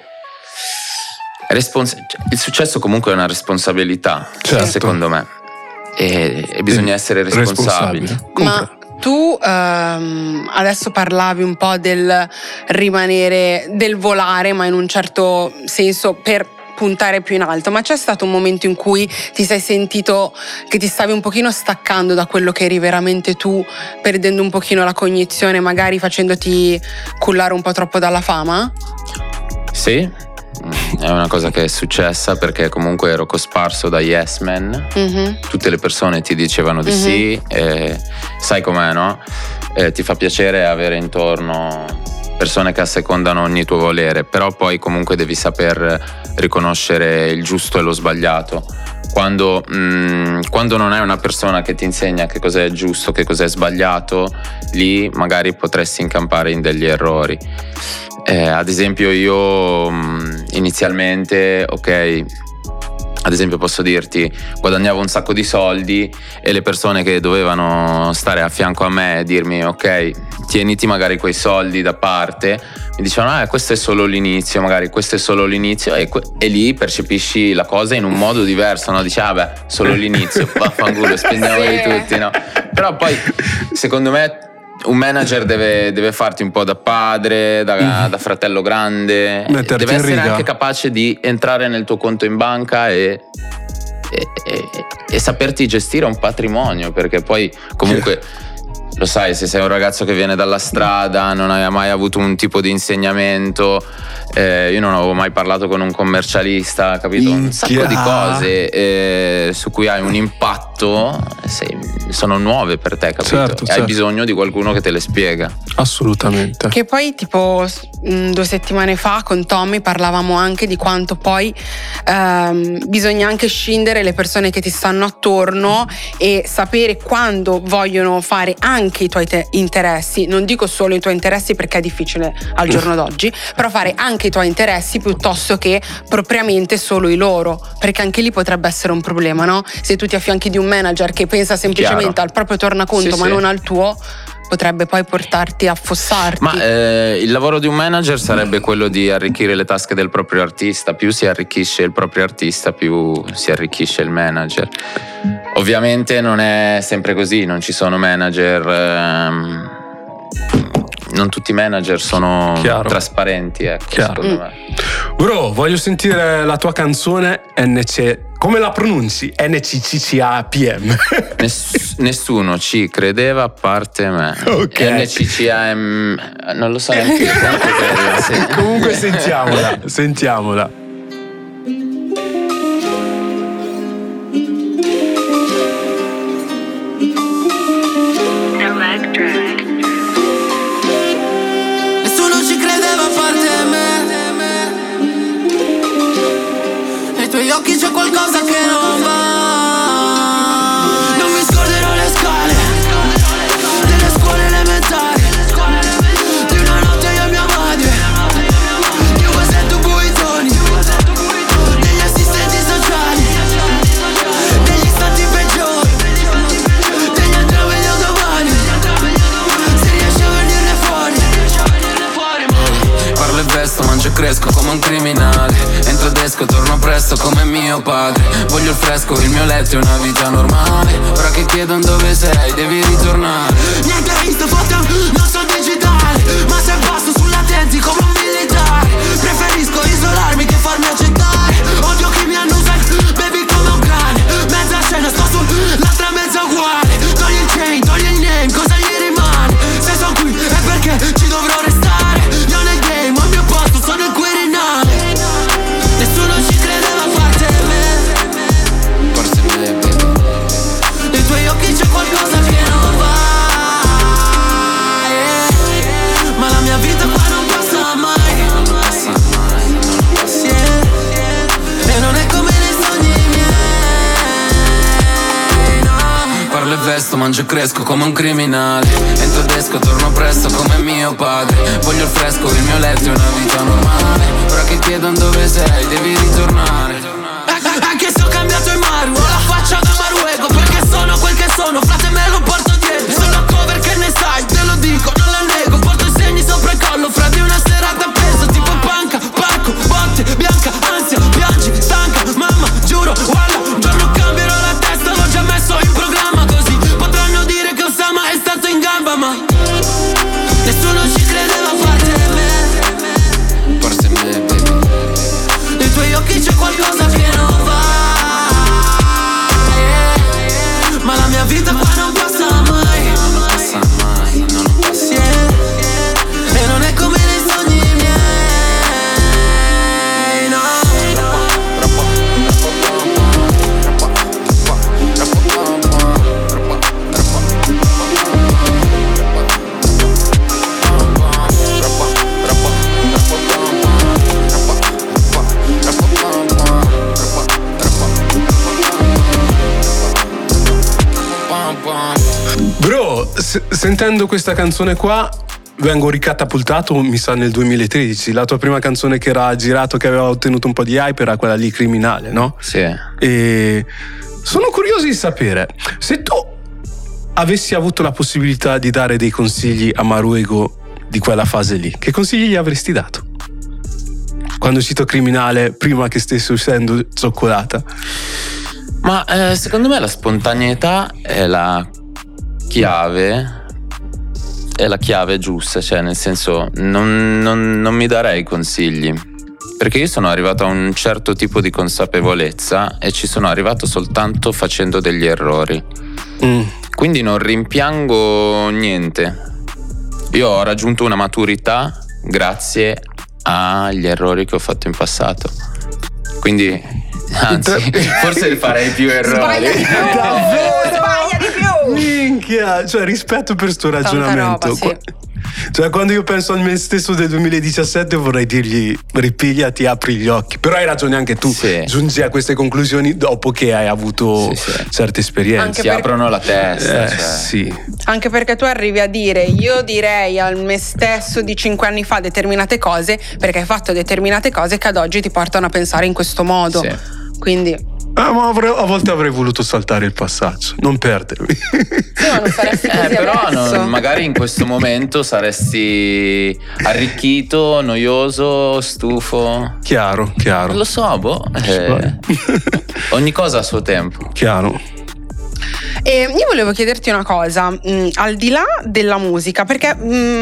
il successo comunque è una responsabilità, certo. Secondo me, e bisogna essere responsabili. Ma tu adesso parlavi un po' del rimanere, del volare, ma in un certo senso per puntare più in alto, ma c'è stato un momento in cui ti sei sentito che ti stavi un pochino staccando da quello che eri veramente tu, perdendo un pochino la cognizione, magari facendoti cullare un po' troppo dalla fama? Sì, è una cosa che è successa perché comunque ero cosparso da yes men, tutte le persone ti dicevano di sì, e sai com'è, no? Ti fa piacere avere intorno persone che assecondano ogni tuo volere, però poi comunque devi saper riconoscere il giusto e lo sbagliato. Quando non hai una persona che ti insegna che cos'è giusto, che cos'è sbagliato, lì magari potresti incampare in degli errori. Ad esempio io inizialmente, ad esempio posso dirti, guadagnavo un sacco di soldi e le persone che dovevano stare a fianco a me e dirmi tieniti magari quei soldi da parte, mi dicevano questo è solo l'inizio, magari questo è solo l'inizio, e lì percepisci la cosa in un modo diverso, no? Dici solo l'inizio, vaffanculo, spendiamoli tutti, no? Però poi secondo me un manager deve farti un po' da padre, da fratello grande, metterti deve essere riga. anche capace di entrare nel tuo conto in banca e saperti gestire un patrimonio, perché poi comunque lo sai, se sei un ragazzo che viene dalla strada, non hai mai avuto un tipo di insegnamento, io non avevo mai parlato con un commercialista, capito? Un sacco di cose su cui hai un impatto, sono nuove per te, capito? Certo, Hai bisogno di qualcuno che te le spiega. Assolutamente. Che poi tipo 2 settimane fa con Tommy parlavamo anche di quanto poi bisogna anche scindere le persone che ti stanno attorno e sapere quando vogliono fare anche i tuoi interessi. Non dico solo i tuoi interessi perché è difficile al giorno d'oggi, però fare anche i tuoi interessi piuttosto che propriamente solo i loro, perché anche lì potrebbe essere un problema, no? Se tu ti affianchi di un manager che pensa semplicemente al proprio tornaconto ma non al tuo, potrebbe poi portarti a affossarti. Ma il lavoro di un manager sarebbe quello di arricchire le tasche del proprio artista. Più si arricchisce il proprio artista, più si arricchisce il manager. Ovviamente non è sempre così, non ci sono manager, non tutti i manager sono trasparenti, secondo me. Bro, voglio sentire la tua canzone NC. Come la pronunci? NCCCAPM. Nessuno ci credeva a parte me. NCCAM. Non lo so neanche io. Comunque sentiamola. Nessuno ci credeva a parte me. Nei tuoi occhi c'è qualcosa che non va. Non mi scorderò le scale delle scuole elementari, di una notte io e mia madre, di un vasetto buitoni, degli assistenti sociali, degli istanti peggiori, degli andrò meglio domani, se riesci a venirne fuori. Parlo e vesto, mangio e cresco come un criminale. Entro ed esco, torno presto come mio padre. Voglio il fresco, il mio letto è una vita normale. Ora che chiedono dove sei, devi ritornare. Niente Insta, foto, non so digitale, ma se passo sulla tenti come un militare. Preferisco isolarmi che farmi accettare. Odio chi mi annusa, bevi come un cane. Mezza scena, sto sull'altra mezza uguale. Togli il chain, togli il name, cosa gli rimane? Se sono qui è perché ci dovrò restare. Io nel game, al mio posto, sono il Quirinale. Nessuno ci credeva a parte me. Forse me. Nei tuoi occhi c'è qualcosa che non e cresco come un criminale. Entro ed esco, torno presto come mio padre. Voglio il fresco, il mio letto è una vita normale. Ora che chiedono dove sei, devi ritornare. Anche se ho cambiato il Maru, ho la faccia da Maruego, perché sono quel che sono, frate me lo porto dietro. Sono cover che ne sai, te lo dico, non la nego. Porto i segni sopra il collo, fra di una serata appeso. Tipo panca, parco, botte, bianca, ansia, piangi, stanca, mamma, giuro, guarda, un giorno cambierò la testa, l'ho già messo in programma. Così potranno dire che Osama è stato in gamba, ma nessuno ci credeva a parte me. Forse me, baby. Nei tuoi occhi c'è qualcosa che non va, yeah. Ma la mia vita qua non passa mai. Non passa mai, non passa, yeah. E non è come nei sogni miei, no. Bro, sentendo questa canzone qua vengo ricatapultato, mi sa, nel 2013. La tua prima canzone che era girato, che aveva ottenuto un po' di hype, era quella lì, Criminale, no? Sì. E sono curioso di sapere, se tu avessi avuto la possibilità di dare dei consigli a Maruego di quella fase lì, che consigli gli avresti dato? Quando è uscito Criminale, prima che stesse uscendo Cioccolata. Ma secondo me la spontaneità è la chiave giusta, cioè nel senso non mi darei consigli, perché io sono arrivato a un certo tipo di consapevolezza e ci sono arrivato soltanto facendo degli errori. Quindi non rimpiango niente. Io ho raggiunto una maturità grazie agli errori che ho fatto in passato, quindi anzi, forse farei più errori. Sbaglia di più. Minchia, cioè rispetto per sto ragionamento. Roba, sì. Cioè quando io penso a me stesso del 2017 vorrei dirgli ripigliati, apri gli occhi. Però hai ragione anche tu, sì. Giungi a queste conclusioni dopo che hai avuto certe esperienze. Anche Si aprono la testa, cioè. Sì. Anche perché tu arrivi a dire, io direi al me stesso di 5 anni fa determinate cose, perché hai fatto determinate cose che ad oggi ti portano a pensare in questo modo. Sì. Quindi Ma a volte avrei voluto saltare il passaggio, non perdermi. sì, ma non saresti così Però adesso. magari in questo momento saresti arricchito, noioso, stufo. Chiaro. Non lo so, ogni cosa a suo tempo. Chiaro. E io volevo chiederti una cosa, al di là della musica, perché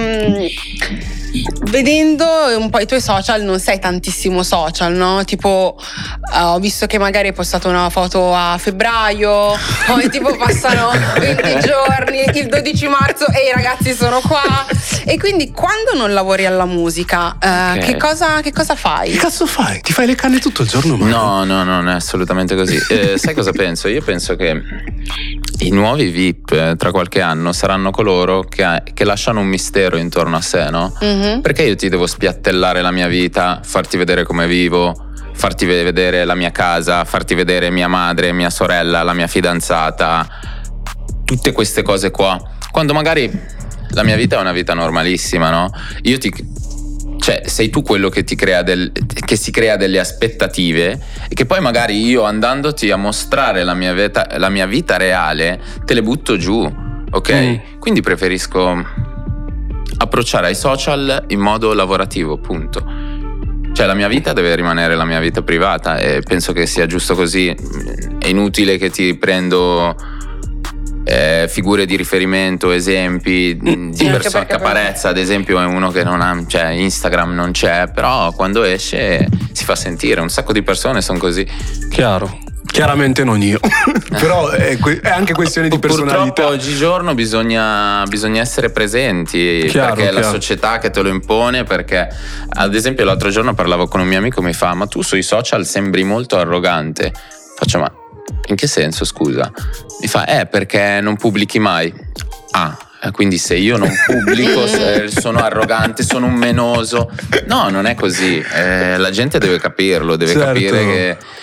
vedendo un po' i tuoi social non sei tantissimo social, no? Tipo ho visto che magari hai postato una foto a febbraio, poi tipo passano 20 giorni, il 12 marzo e i ragazzi sono qua. E quindi quando non lavori alla musica, Ok. che cosa fai? Che cazzo fai? Ti fai le canne tutto il giorno? No, non è assolutamente così. Sai cosa penso? Io penso che i nuovi VIP tra qualche anno saranno coloro che lasciano un mistero intorno a sé, no? Perché io ti devo spiattellare la mia vita, farti vedere come vivo, farti vedere la mia casa, farti vedere mia madre, mia sorella, la mia fidanzata, tutte queste cose qua, quando magari la mia vita è una vita normalissima, no? Cioè, sei tu quello che ti crea che si crea delle aspettative e che poi magari io, andandoti a mostrare la mia vita reale, te le butto giù, ok? Quindi preferisco approcciare ai social in modo lavorativo, punto. Cioè la mia vita deve rimanere la mia vita privata e penso che sia giusto così. È inutile che ti prendo figure di riferimento, esempi di persone. Caparezza ad esempio è uno che non ha, cioè Instagram non c'è, però quando esce si fa sentire. Un sacco di persone sono così. Chiaramente non io. Però è anche questione di personalità. Purtroppo oggigiorno bisogna essere presenti, perché è la società che te lo impone. Perché ad esempio l'altro giorno parlavo con un mio amico, mi fa: ma tu sui social sembri molto arrogante. Faccio: ma in che senso, scusa? Mi fa: perché non pubblichi mai. Quindi se io non pubblico sono arrogante, sono un menoso. No, non è così. La gente deve capirlo, deve capire che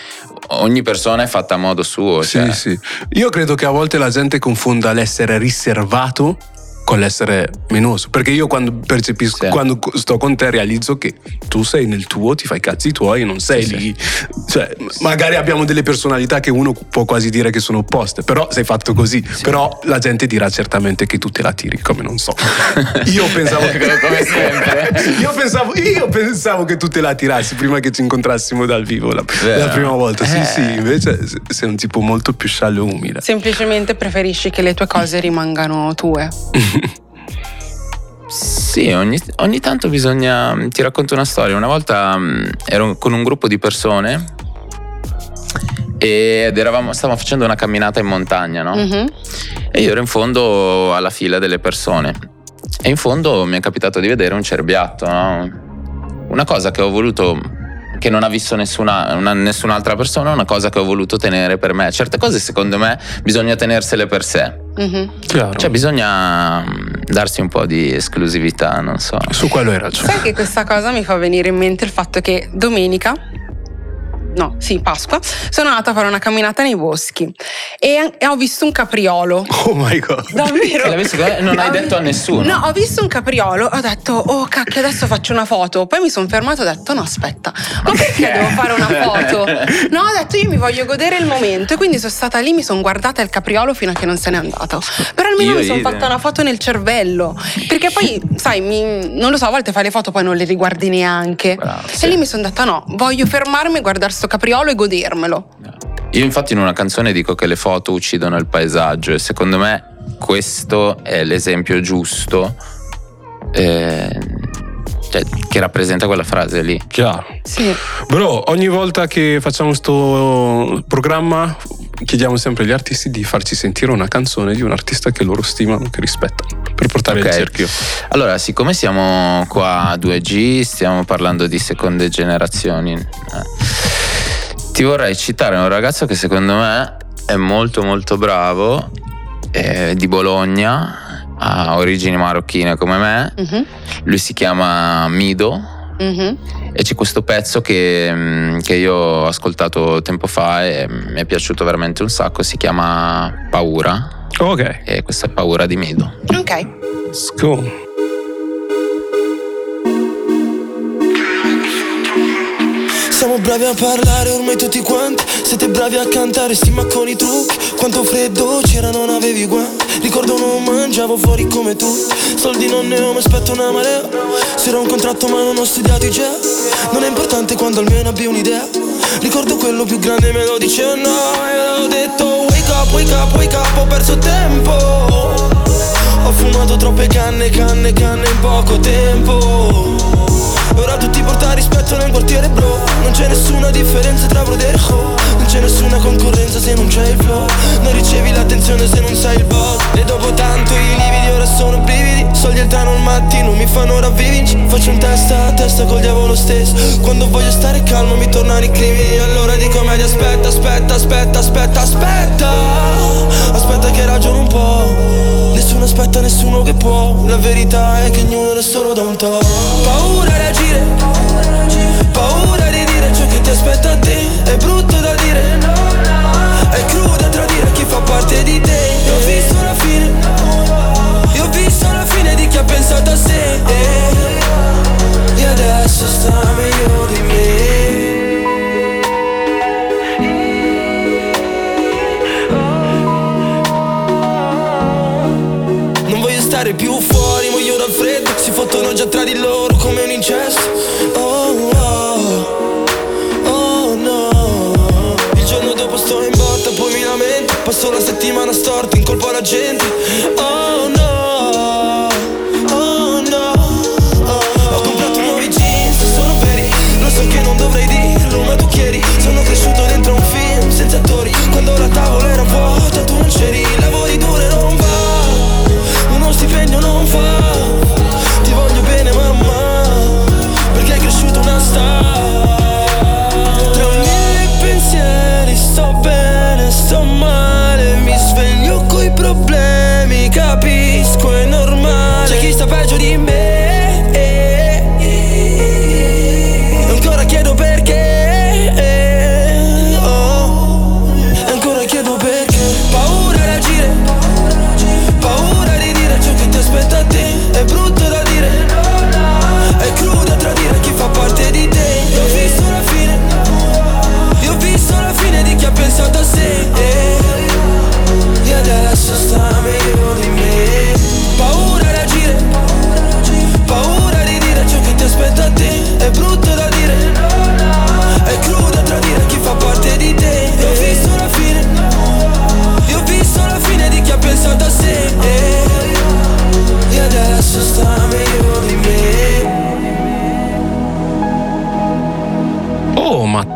ogni persona è fatta a modo suo. Sì, sì. Io credo che a volte la gente confonda l'essere riservato con l'essere menoso, perché io quando percepisco, quando sto con te realizzo che tu sei nel tuo, ti fai i cazzi tuoi, non sei lì, cioè magari abbiamo delle personalità che uno può quasi dire che sono opposte, però sei fatto così, però la gente dirà certamente che tu te la tiri, come non so. Io pensavo che come sempre. io pensavo che tu te la tirassi prima che ci incontrassimo dal vivo la prima volta. Sì, invece sei un tipo molto più sciallo e umile. Semplicemente preferisci che le tue cose rimangano tue. Sì, ogni tanto bisogna. Ti racconto una storia. Una volta ero con un gruppo di persone ed stavamo facendo una camminata in montagna, no? Mm-hmm. E io ero in fondo alla fila delle persone e in fondo mi è capitato di vedere un cerbiatto, no? Una cosa che ho voluto, che non ha visto nessun'altra persona, una cosa che ho voluto tenere per me. Certe cose secondo me bisogna tenersele per sé. Mm-hmm. Cioè bisogna darsi un po' di esclusività, non so. Su quello hai ragione. Sai che questa cosa mi fa venire in mente il fatto che Pasqua, sono andata a fare una camminata nei boschi e ho visto un capriolo. Oh my god. Davvero? Non hai detto a nessuno? No, ho visto un capriolo, ho detto, oh cacchio, adesso faccio una foto. Poi mi sono fermato e ho detto, no aspetta, ma perché devo fare una foto? No, ho detto, io mi voglio godere il momento. E quindi sono stata lì, mi sono guardata il capriolo fino a che non se n'è andato. Però almeno mi sono fatta una foto nel cervello. Perché poi, sai, non lo so, a volte fai le foto poi non le riguardi neanche. Bravo, e lì mi sono detta, no, voglio fermarmi, guardare sto capriolo e godermelo. Io infatti in una canzone dico che le foto uccidono il paesaggio e secondo me questo è l'esempio giusto che rappresenta quella frase lì. Chiaro. Sì. Bro, ogni volta che facciamo sto programma chiediamo sempre agli artisti di farci sentire una canzone di un artista che loro stimano, che rispettano, per portare il cerchio. Allora, siccome siamo qua a 2G, stiamo parlando di seconde generazioni, ti vorrei citare un ragazzo che secondo me è molto molto bravo, di Bologna, ha origini marocchine come me. Mm-hmm. Lui si chiama Mido. Mm-hmm. E c'è questo pezzo che io ho ascoltato tempo fa e mi è piaciuto veramente un sacco, si chiama Paura. Ok. E questa è Paura di Mido. Ok. Let's go. Siamo bravi a parlare ormai tutti quanti, siete bravi a cantare stima con i trucchi. Quanto freddo c'era non avevi guanti, ricordo non mangiavo fuori come tu. Soldi non ne ho, mi aspetto una marea. C'era un contratto ma non ho studiato i già. Non è importante quando almeno abbi un'idea. Ricordo quello più grande me lo diceva no. E ho detto wake up, wake up, wake up, ho perso tempo. Ho fumato troppe canne in poco tempo. Ora tutti portano rispetto nel quartiere bro. Non c'è nessuna differenza tra brother e ho. Non c'è nessuna concorrenza se non c'è il flow. Non ricevi l'attenzione se non sai il boss. E dopo tanto i lividi ora sono brividi. Soldi entrano al mattino, mi fanno ravvivinci. Faccio un testa a testa col diavolo stesso. Quando voglio stare calmo mi tornano i crimini. Allora dico meglio aspetta che ragiono un po'. Nessuno aspetta, nessuno che può. La verità è che ognuno è solo da un to'. Paura di agire, paura di dire ciò che ti aspetta a te. È brutto da dire, è crudo da tradire chi fa parte di te. Io ho visto la fine, io ho visto la fine di chi ha pensato a sé. E adesso sta meglio di me. Stare più fuori, muoio dal freddo. Si fottono già tra di loro come un incesto. Oh, oh, oh no. Il giorno dopo sto in botta, poi mi lamento. Passo la settimana storta, incolpo la gente. Oh no, oh no, oh. Ho comprato nuovi jeans, sono veri. Lo so che non dovrei dirlo, ma tu chiedi. Sono cresciuto dentro un film senza attori. Quando la tavola era vuota tu non c'eri. Lavori duro e non va, uno stipendio non fa. Ti voglio bene mamma, perché hai cresciuto una star. Tra i miei pensieri sto bene, sto male. Mi sveglio coi problemi,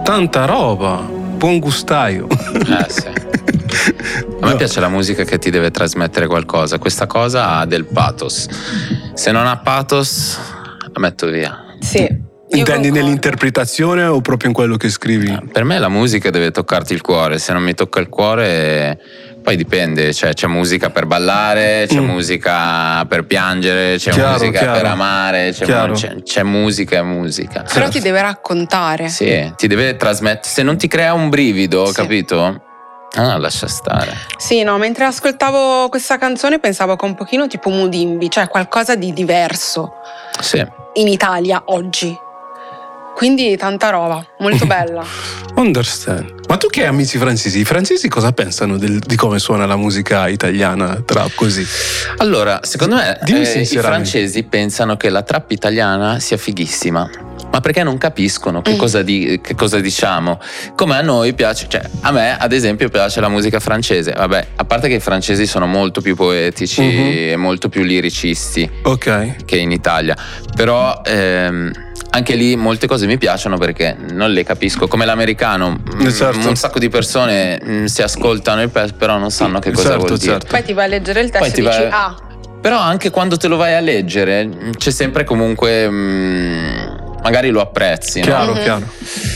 Tanta roba, buon gustaio. Sì. A me piace la musica che ti deve trasmettere qualcosa. Questa cosa ha del pathos. Se non ha pathos, la metto via. Sì. Intendi nell'interpretazione o proprio in quello che scrivi? Per me la musica deve toccarti il cuore. Se non mi tocca il cuore, poi dipende. Cioè, c'è musica per ballare, c'è musica per piangere, c'è musica per amare, c'è musica e musica. Però ti deve raccontare. Sì, ti deve trasmettere. Se non ti crea un brivido, capito? Lascia stare. Sì, no, mentre ascoltavo questa canzone pensavo che un pochino tipo Mudimbi, cioè qualcosa di diverso. Sì. In Italia oggi. Quindi tanta roba, molto bella. Understand. Ma tu che hai amici francesi? I francesi cosa pensano di come suona la musica italiana trap così? Allora, secondo me i francesi pensano che la trap italiana sia fighissima. Ma perché non capiscono che cosa diciamo? Come a noi piace, cioè a me ad esempio piace la musica francese. Vabbè, a parte che i francesi sono molto più poetici e molto più liricisti che in Italia. Però anche lì molte cose mi piacciono perché non le capisco. Come l'americano, un sacco di persone si ascoltano il pezzo però non sanno che cosa vuol dire. Poi ti vai a leggere il testo e dici Però anche quando te lo vai a leggere c'è sempre comunque magari lo apprezzi, chiaro, no? Chiaro.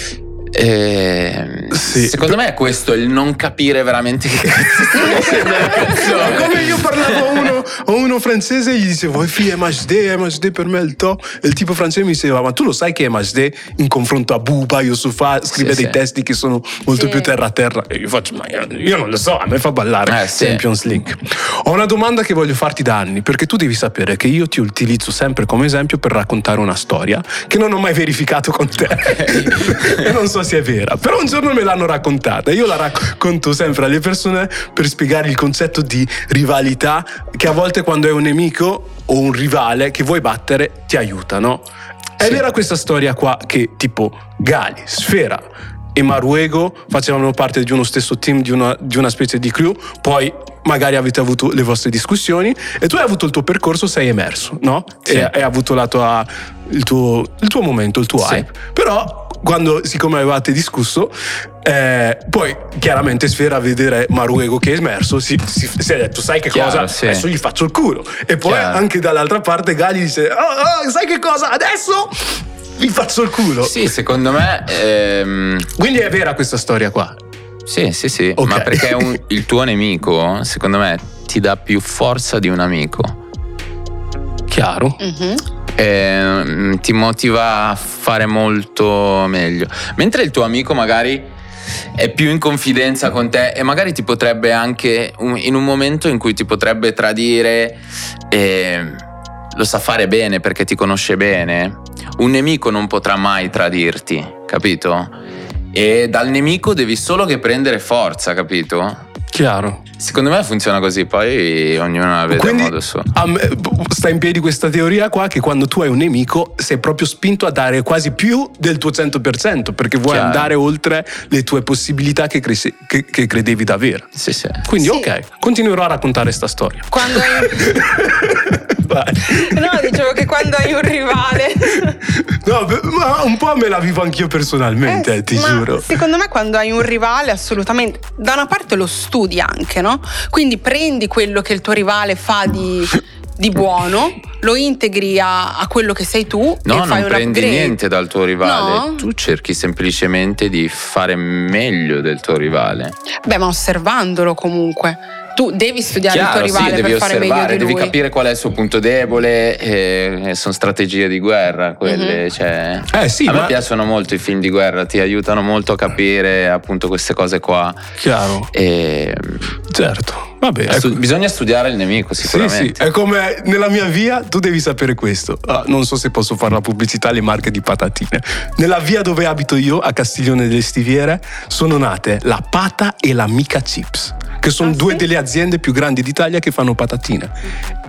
Secondo me è questo il non capire veramente che cazzo stia dicendo la canzone. Come io parlavo a uno francese e gli dicevo MHD per me è il top, e il tipo francese mi diceva ma tu lo sai che MHD in confronto a Booba Youssoupha scrive dei testi che sono molto più terra e io faccio ma io non lo so, a me fa ballare Champions League. Ho una domanda che voglio farti da anni, perché tu devi sapere che io ti utilizzo sempre come esempio per raccontare una storia che non ho mai verificato con te e non so se è vera, però un giorno me l'hanno raccontata. Io la racconto sempre alle persone per spiegare il concetto di rivalità, che a volte quando è un nemico o un rivale che vuoi battere ti aiuta, no? È vera questa storia qua che tipo Gali, Sfera e Maruego facevano parte di uno stesso team, di una specie di crew, poi magari avete avuto le vostre discussioni e tu hai avuto il tuo percorso, sei emerso, no? E hai avuto il tuo momento, il tuo hype. Però siccome avevate discusso, poi chiaramente Sfera a vedere Maruego che è emerso si è detto sai che cosa, adesso gli faccio il culo, e poi anche dall'altra parte Gali dice sai che cosa, adesso gli faccio il culo. Sì, secondo me quindi è vera questa storia qua. Sì, okay. Ma perché il tuo nemico secondo me ti dà più forza di un amico. Chiaro. Ti motiva a fare molto meglio, mentre il tuo amico magari è più in confidenza con te e magari ti potrebbe anche in un momento in cui ti potrebbe tradire, lo sa fare bene perché ti conosce bene. Un nemico non potrà mai tradirti, capito? E dal nemico devi solo che prendere forza, capito? Chiaro. Secondo me funziona così, poi ognuno la vede a modo suo. Sta in piedi questa teoria qua che quando tu hai un nemico sei proprio spinto a dare quasi più del tuo 100% perché vuoi andare oltre le tue possibilità che credevi davvero. Sì. Quindi ok, continuerò a raccontare sta storia. Quando No, dicevo che quando hai un rivale no, ma un po' me la vivo anch'io personalmente, ti giuro. Secondo me quando hai un rivale assolutamente, da una parte lo studi anche, no? Quindi prendi quello che il tuo rivale fa di buono, lo integri a quello che sei tu e fai un upgrade. Non prendi niente dal tuo rivale, tu cerchi semplicemente di fare meglio del tuo rivale. Beh, ma osservandolo comunque. Tu devi studiare il tuo rivale per fare meglio di lui. Devi capire qual è il suo punto debole, e sono strategie di guerra quelle. Cioè, a me piacciono molto i film di guerra, ti aiutano molto a capire appunto queste cose qua. Chiaro. Certo. Vabbè, bisogna studiare il nemico sicuramente. Sì. È come nella mia via, tu devi sapere questo. Non so se posso fare la pubblicità alle marche di patatine. Nella via dove abito io, a Castiglione delle Stiviere, sono nate la Pata e la Mica Chips, che sono due delle aziende più grandi d'Italia che fanno patatine.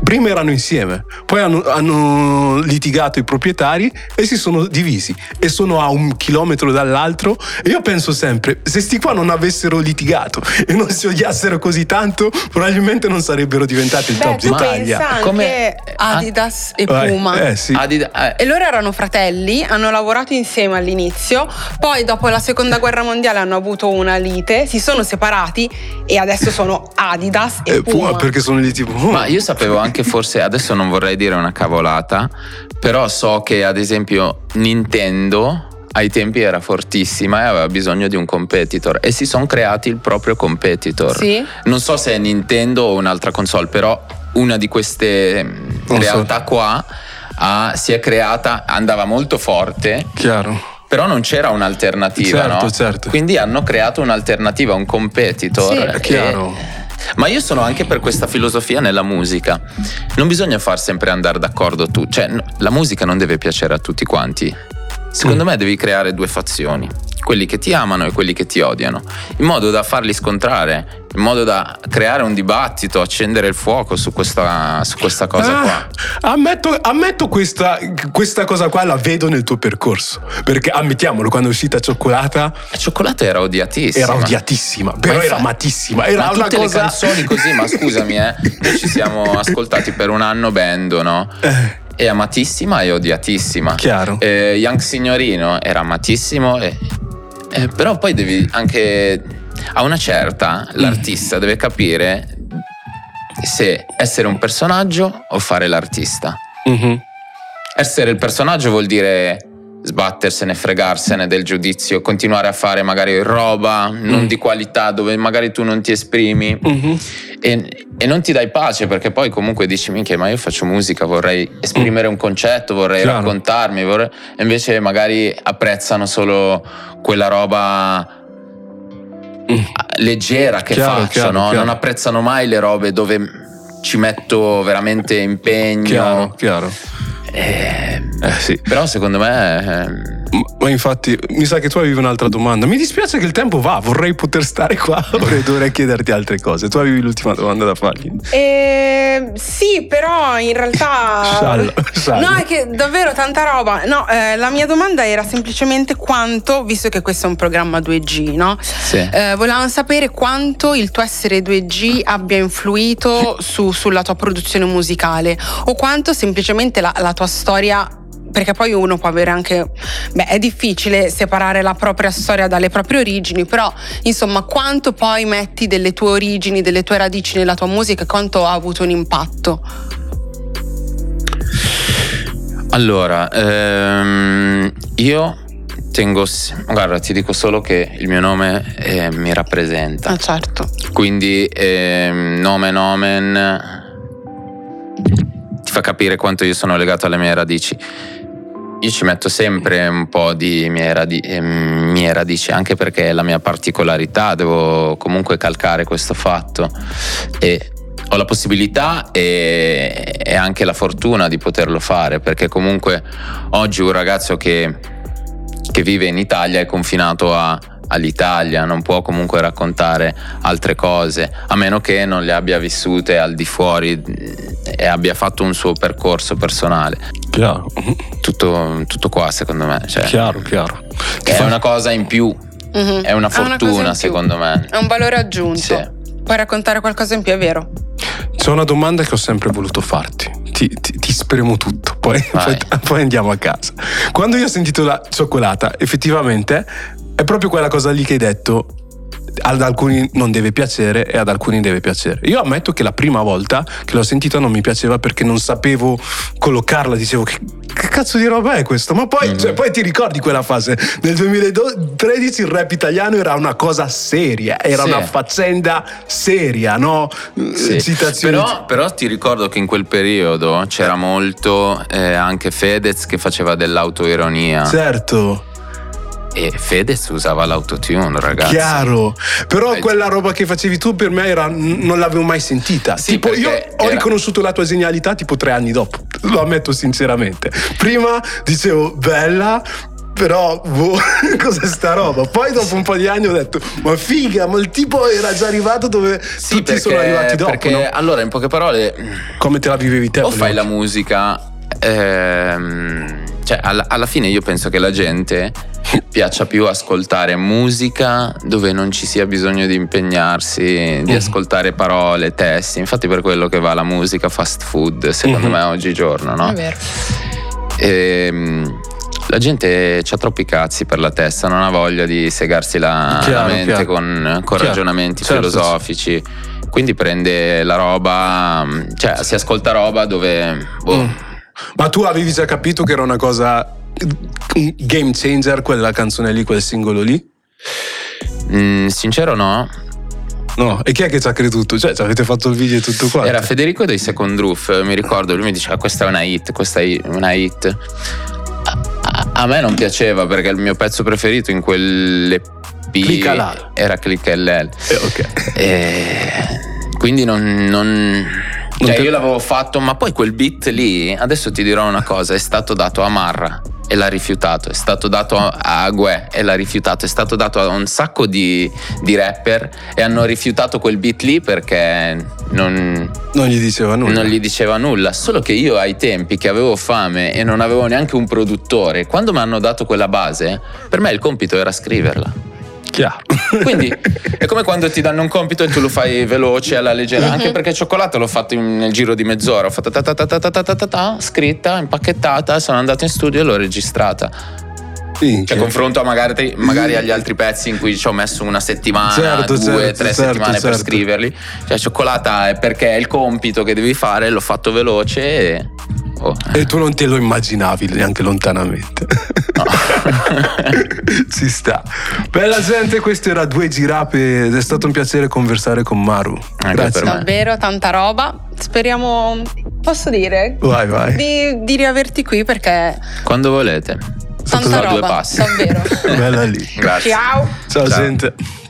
Prima erano insieme, poi hanno litigato i proprietari e si sono divisi e sono a 1 chilometro dall'altro, e io penso sempre, se sti qua non avessero litigato e non si odiassero così tanto, probabilmente non sarebbero diventati il top d'Italia. Pensa anche Adidas e Puma. Sì. E loro erano fratelli, hanno lavorato insieme all'inizio, poi dopo la seconda guerra mondiale hanno avuto una lite, si sono separati e adesso sono Adidas e Puma. Perché sono lì tipo Ma io sapevo anche, forse adesso non vorrei dire una cavolata, però so che ad esempio Nintendo ai tempi era fortissima e aveva bisogno di un competitor, e si sono creati il proprio competitor. Sì. Non so se è Nintendo o un'altra console, però una di queste realtà qua si è creata, andava molto forte. Chiaro. Però non c'era un'alternativa, certo, no? Certo. Quindi hanno creato un'alternativa, un competitor. Sì. È chiaro. Ma io sono anche per questa filosofia nella musica. Non bisogna far sempre andare d'accordo tu. Cioè, la musica non deve piacere a tutti quanti. Secondo me devi creare 2 fazioni, quelli che ti amano e quelli che ti odiano, in modo da farli scontrare, in modo da creare un dibattito, accendere il fuoco su questa cosa qua. Ammetto questa cosa qua la vedo nel tuo percorso, perché ammettiamolo, quando è uscita Cioccolata era odiatissima. Però era amatissima, era una tutte cosa... le canzoni così, ma scusami, noi ci siamo ascoltati per un anno Bendo, no? È amatissima e odiatissima. Chiaro. Young Signorino era amatissimo, però poi devi anche, a una certa, l'artista deve capire se essere un personaggio o fare l'artista. Essere il personaggio vuol dire sbattersene, fregarsene del giudizio, continuare a fare magari roba non di qualità, dove magari tu non ti esprimi e non ti dai pace, perché poi comunque dici minchia, ma io faccio musica, vorrei esprimere un concetto, vorrei raccontarmi, e invece magari apprezzano solo quella roba leggera che faccio, no? Non apprezzano mai le robe dove ci metto veramente impegno. Chiaro. Sì. Però secondo me ma infatti mi sa che tu avevi un'altra domanda. Mi dispiace che il tempo va, vorrei poter stare qua, dovrei chiederti altre cose. Tu avevi l'ultima domanda da fargli? Sì, però in realtà Sciallo. No, è che davvero tanta roba. No, la mia domanda era semplicemente quanto, visto che questo è un programma 2G, no? Sì. Volevamo sapere quanto il tuo essere 2G abbia influito sulla tua produzione musicale, o quanto semplicemente la tua storia, perché poi uno può avere anche, è difficile separare la propria storia dalle proprie origini, però insomma quanto poi metti delle tue origini, delle tue radici nella tua musica, quanto ha avuto un impatto? Allora, io tengo, guarda, ti dico solo che il mio nome mi rappresenta. Certo. Quindi nomen ti fa capire quanto io sono legato alle mie radici. Io ci metto sempre un po' di mie radici, anche perché è la mia particolarità, devo comunque calcare questo fatto, e ho la possibilità e anche la fortuna di poterlo fare, perché comunque oggi un ragazzo che vive in Italia è confinato all'Italia, non può comunque raccontare altre cose, a meno che non le abbia vissute al di fuori e abbia fatto un suo percorso personale. Chiaro. Tutto qua, secondo me. Cioè, chiaro. È una cosa in più, è una fortuna, secondo me. È un valore aggiunto. Sì. Puoi raccontare qualcosa in più, è vero? C'è una domanda che ho sempre voluto farti. Ti spremo tutto, poi andiamo a casa. Quando io ho sentito la Cioccolata, effettivamente è proprio quella cosa lì che hai detto: ad alcuni non deve piacere e ad alcuni deve piacere. Io ammetto che la prima volta che l'ho sentita non mi piaceva, perché non sapevo collocarla, dicevo che cazzo di roba è questo? Ma poi, poi ti ricordi quella fase? Nel 2013 il rap italiano era una cosa seria, era una faccenda seria, no? Citazioni. Però ti ricordo che in quel periodo c'era molto anche Fedez che faceva dell'autoironia. Certo. E Fedez usava l'autotune, ragazzi. Chiaro. Però quella roba che facevi tu per me non l'avevo mai sentita. Sì, tipo, io ho riconosciuto la tua genialità tipo 3 anni dopo, lo ammetto sinceramente. Prima dicevo bella, Però cos'è sta roba? Poi dopo un po' di anni ho detto ma figa, ma il tipo era già arrivato dove tutti sono arrivati dopo, perché no? allora in poche parole come te la vivevi te? O fai la musica cioè alla fine io penso che la gente piaccia più ascoltare musica dove non ci sia bisogno di impegnarsi, di ascoltare parole, testi. Infatti per quello che va la musica fast food secondo me oggigiorno, no? È vero. La gente c'ha troppi cazzi per la testa, non ha voglia di segarsi la mente con ragionamenti filosofici. Quindi prende la roba, cioè si ascolta roba dove Ma tu avevi già capito che era una cosa game changer quella canzone lì, quel singolo lì? Sincero no. No, e chi è che ci ha creduto? Cioè, ci avete fatto il video e tutto qua? Era Federico dei Second Roof, mi ricordo, lui mi diceva questa è una hit. A me non piaceva perché il mio pezzo preferito in quell'EP era Clicca LL. Quindi cioè io l'avevo fatto, ma poi quel beat lì, adesso ti dirò una cosa, è stato dato a Marra e l'ha rifiutato, è stato dato a Gue e l'ha rifiutato, è stato dato a un sacco di rapper e hanno rifiutato quel beat lì perché non gli diceva nulla. Solo che io ai tempi che avevo fame e non avevo neanche un produttore, quando mi hanno dato quella base, per me il compito era scriverla. Quindi è come quando ti danno un compito e tu lo fai veloce, alla leggera. Anche perché Cioccolato l'ho fatto nel giro di mezz'ora. Ho fatto scritta, impacchettata, sono andato in studio e l'ho registrata. Cioè confronto a magari agli altri pezzi in cui ci ho messo una settimana, tre settimane per scriverli. Cioè Cioccolata è perché è il compito che devi fare, l'ho fatto veloce e tu non te lo immaginavi neanche lontanamente. No. Ci sta. Bella gente, questo era Due Girape ed è stato un piacere conversare con Maru. Grazie. Davvero tanta roba. Speriamo, posso dire? Vai. Di riaverti qui perché quando volete. Tanta roba, due passi. davvero. Bella lì. Grazie. Ciao gente.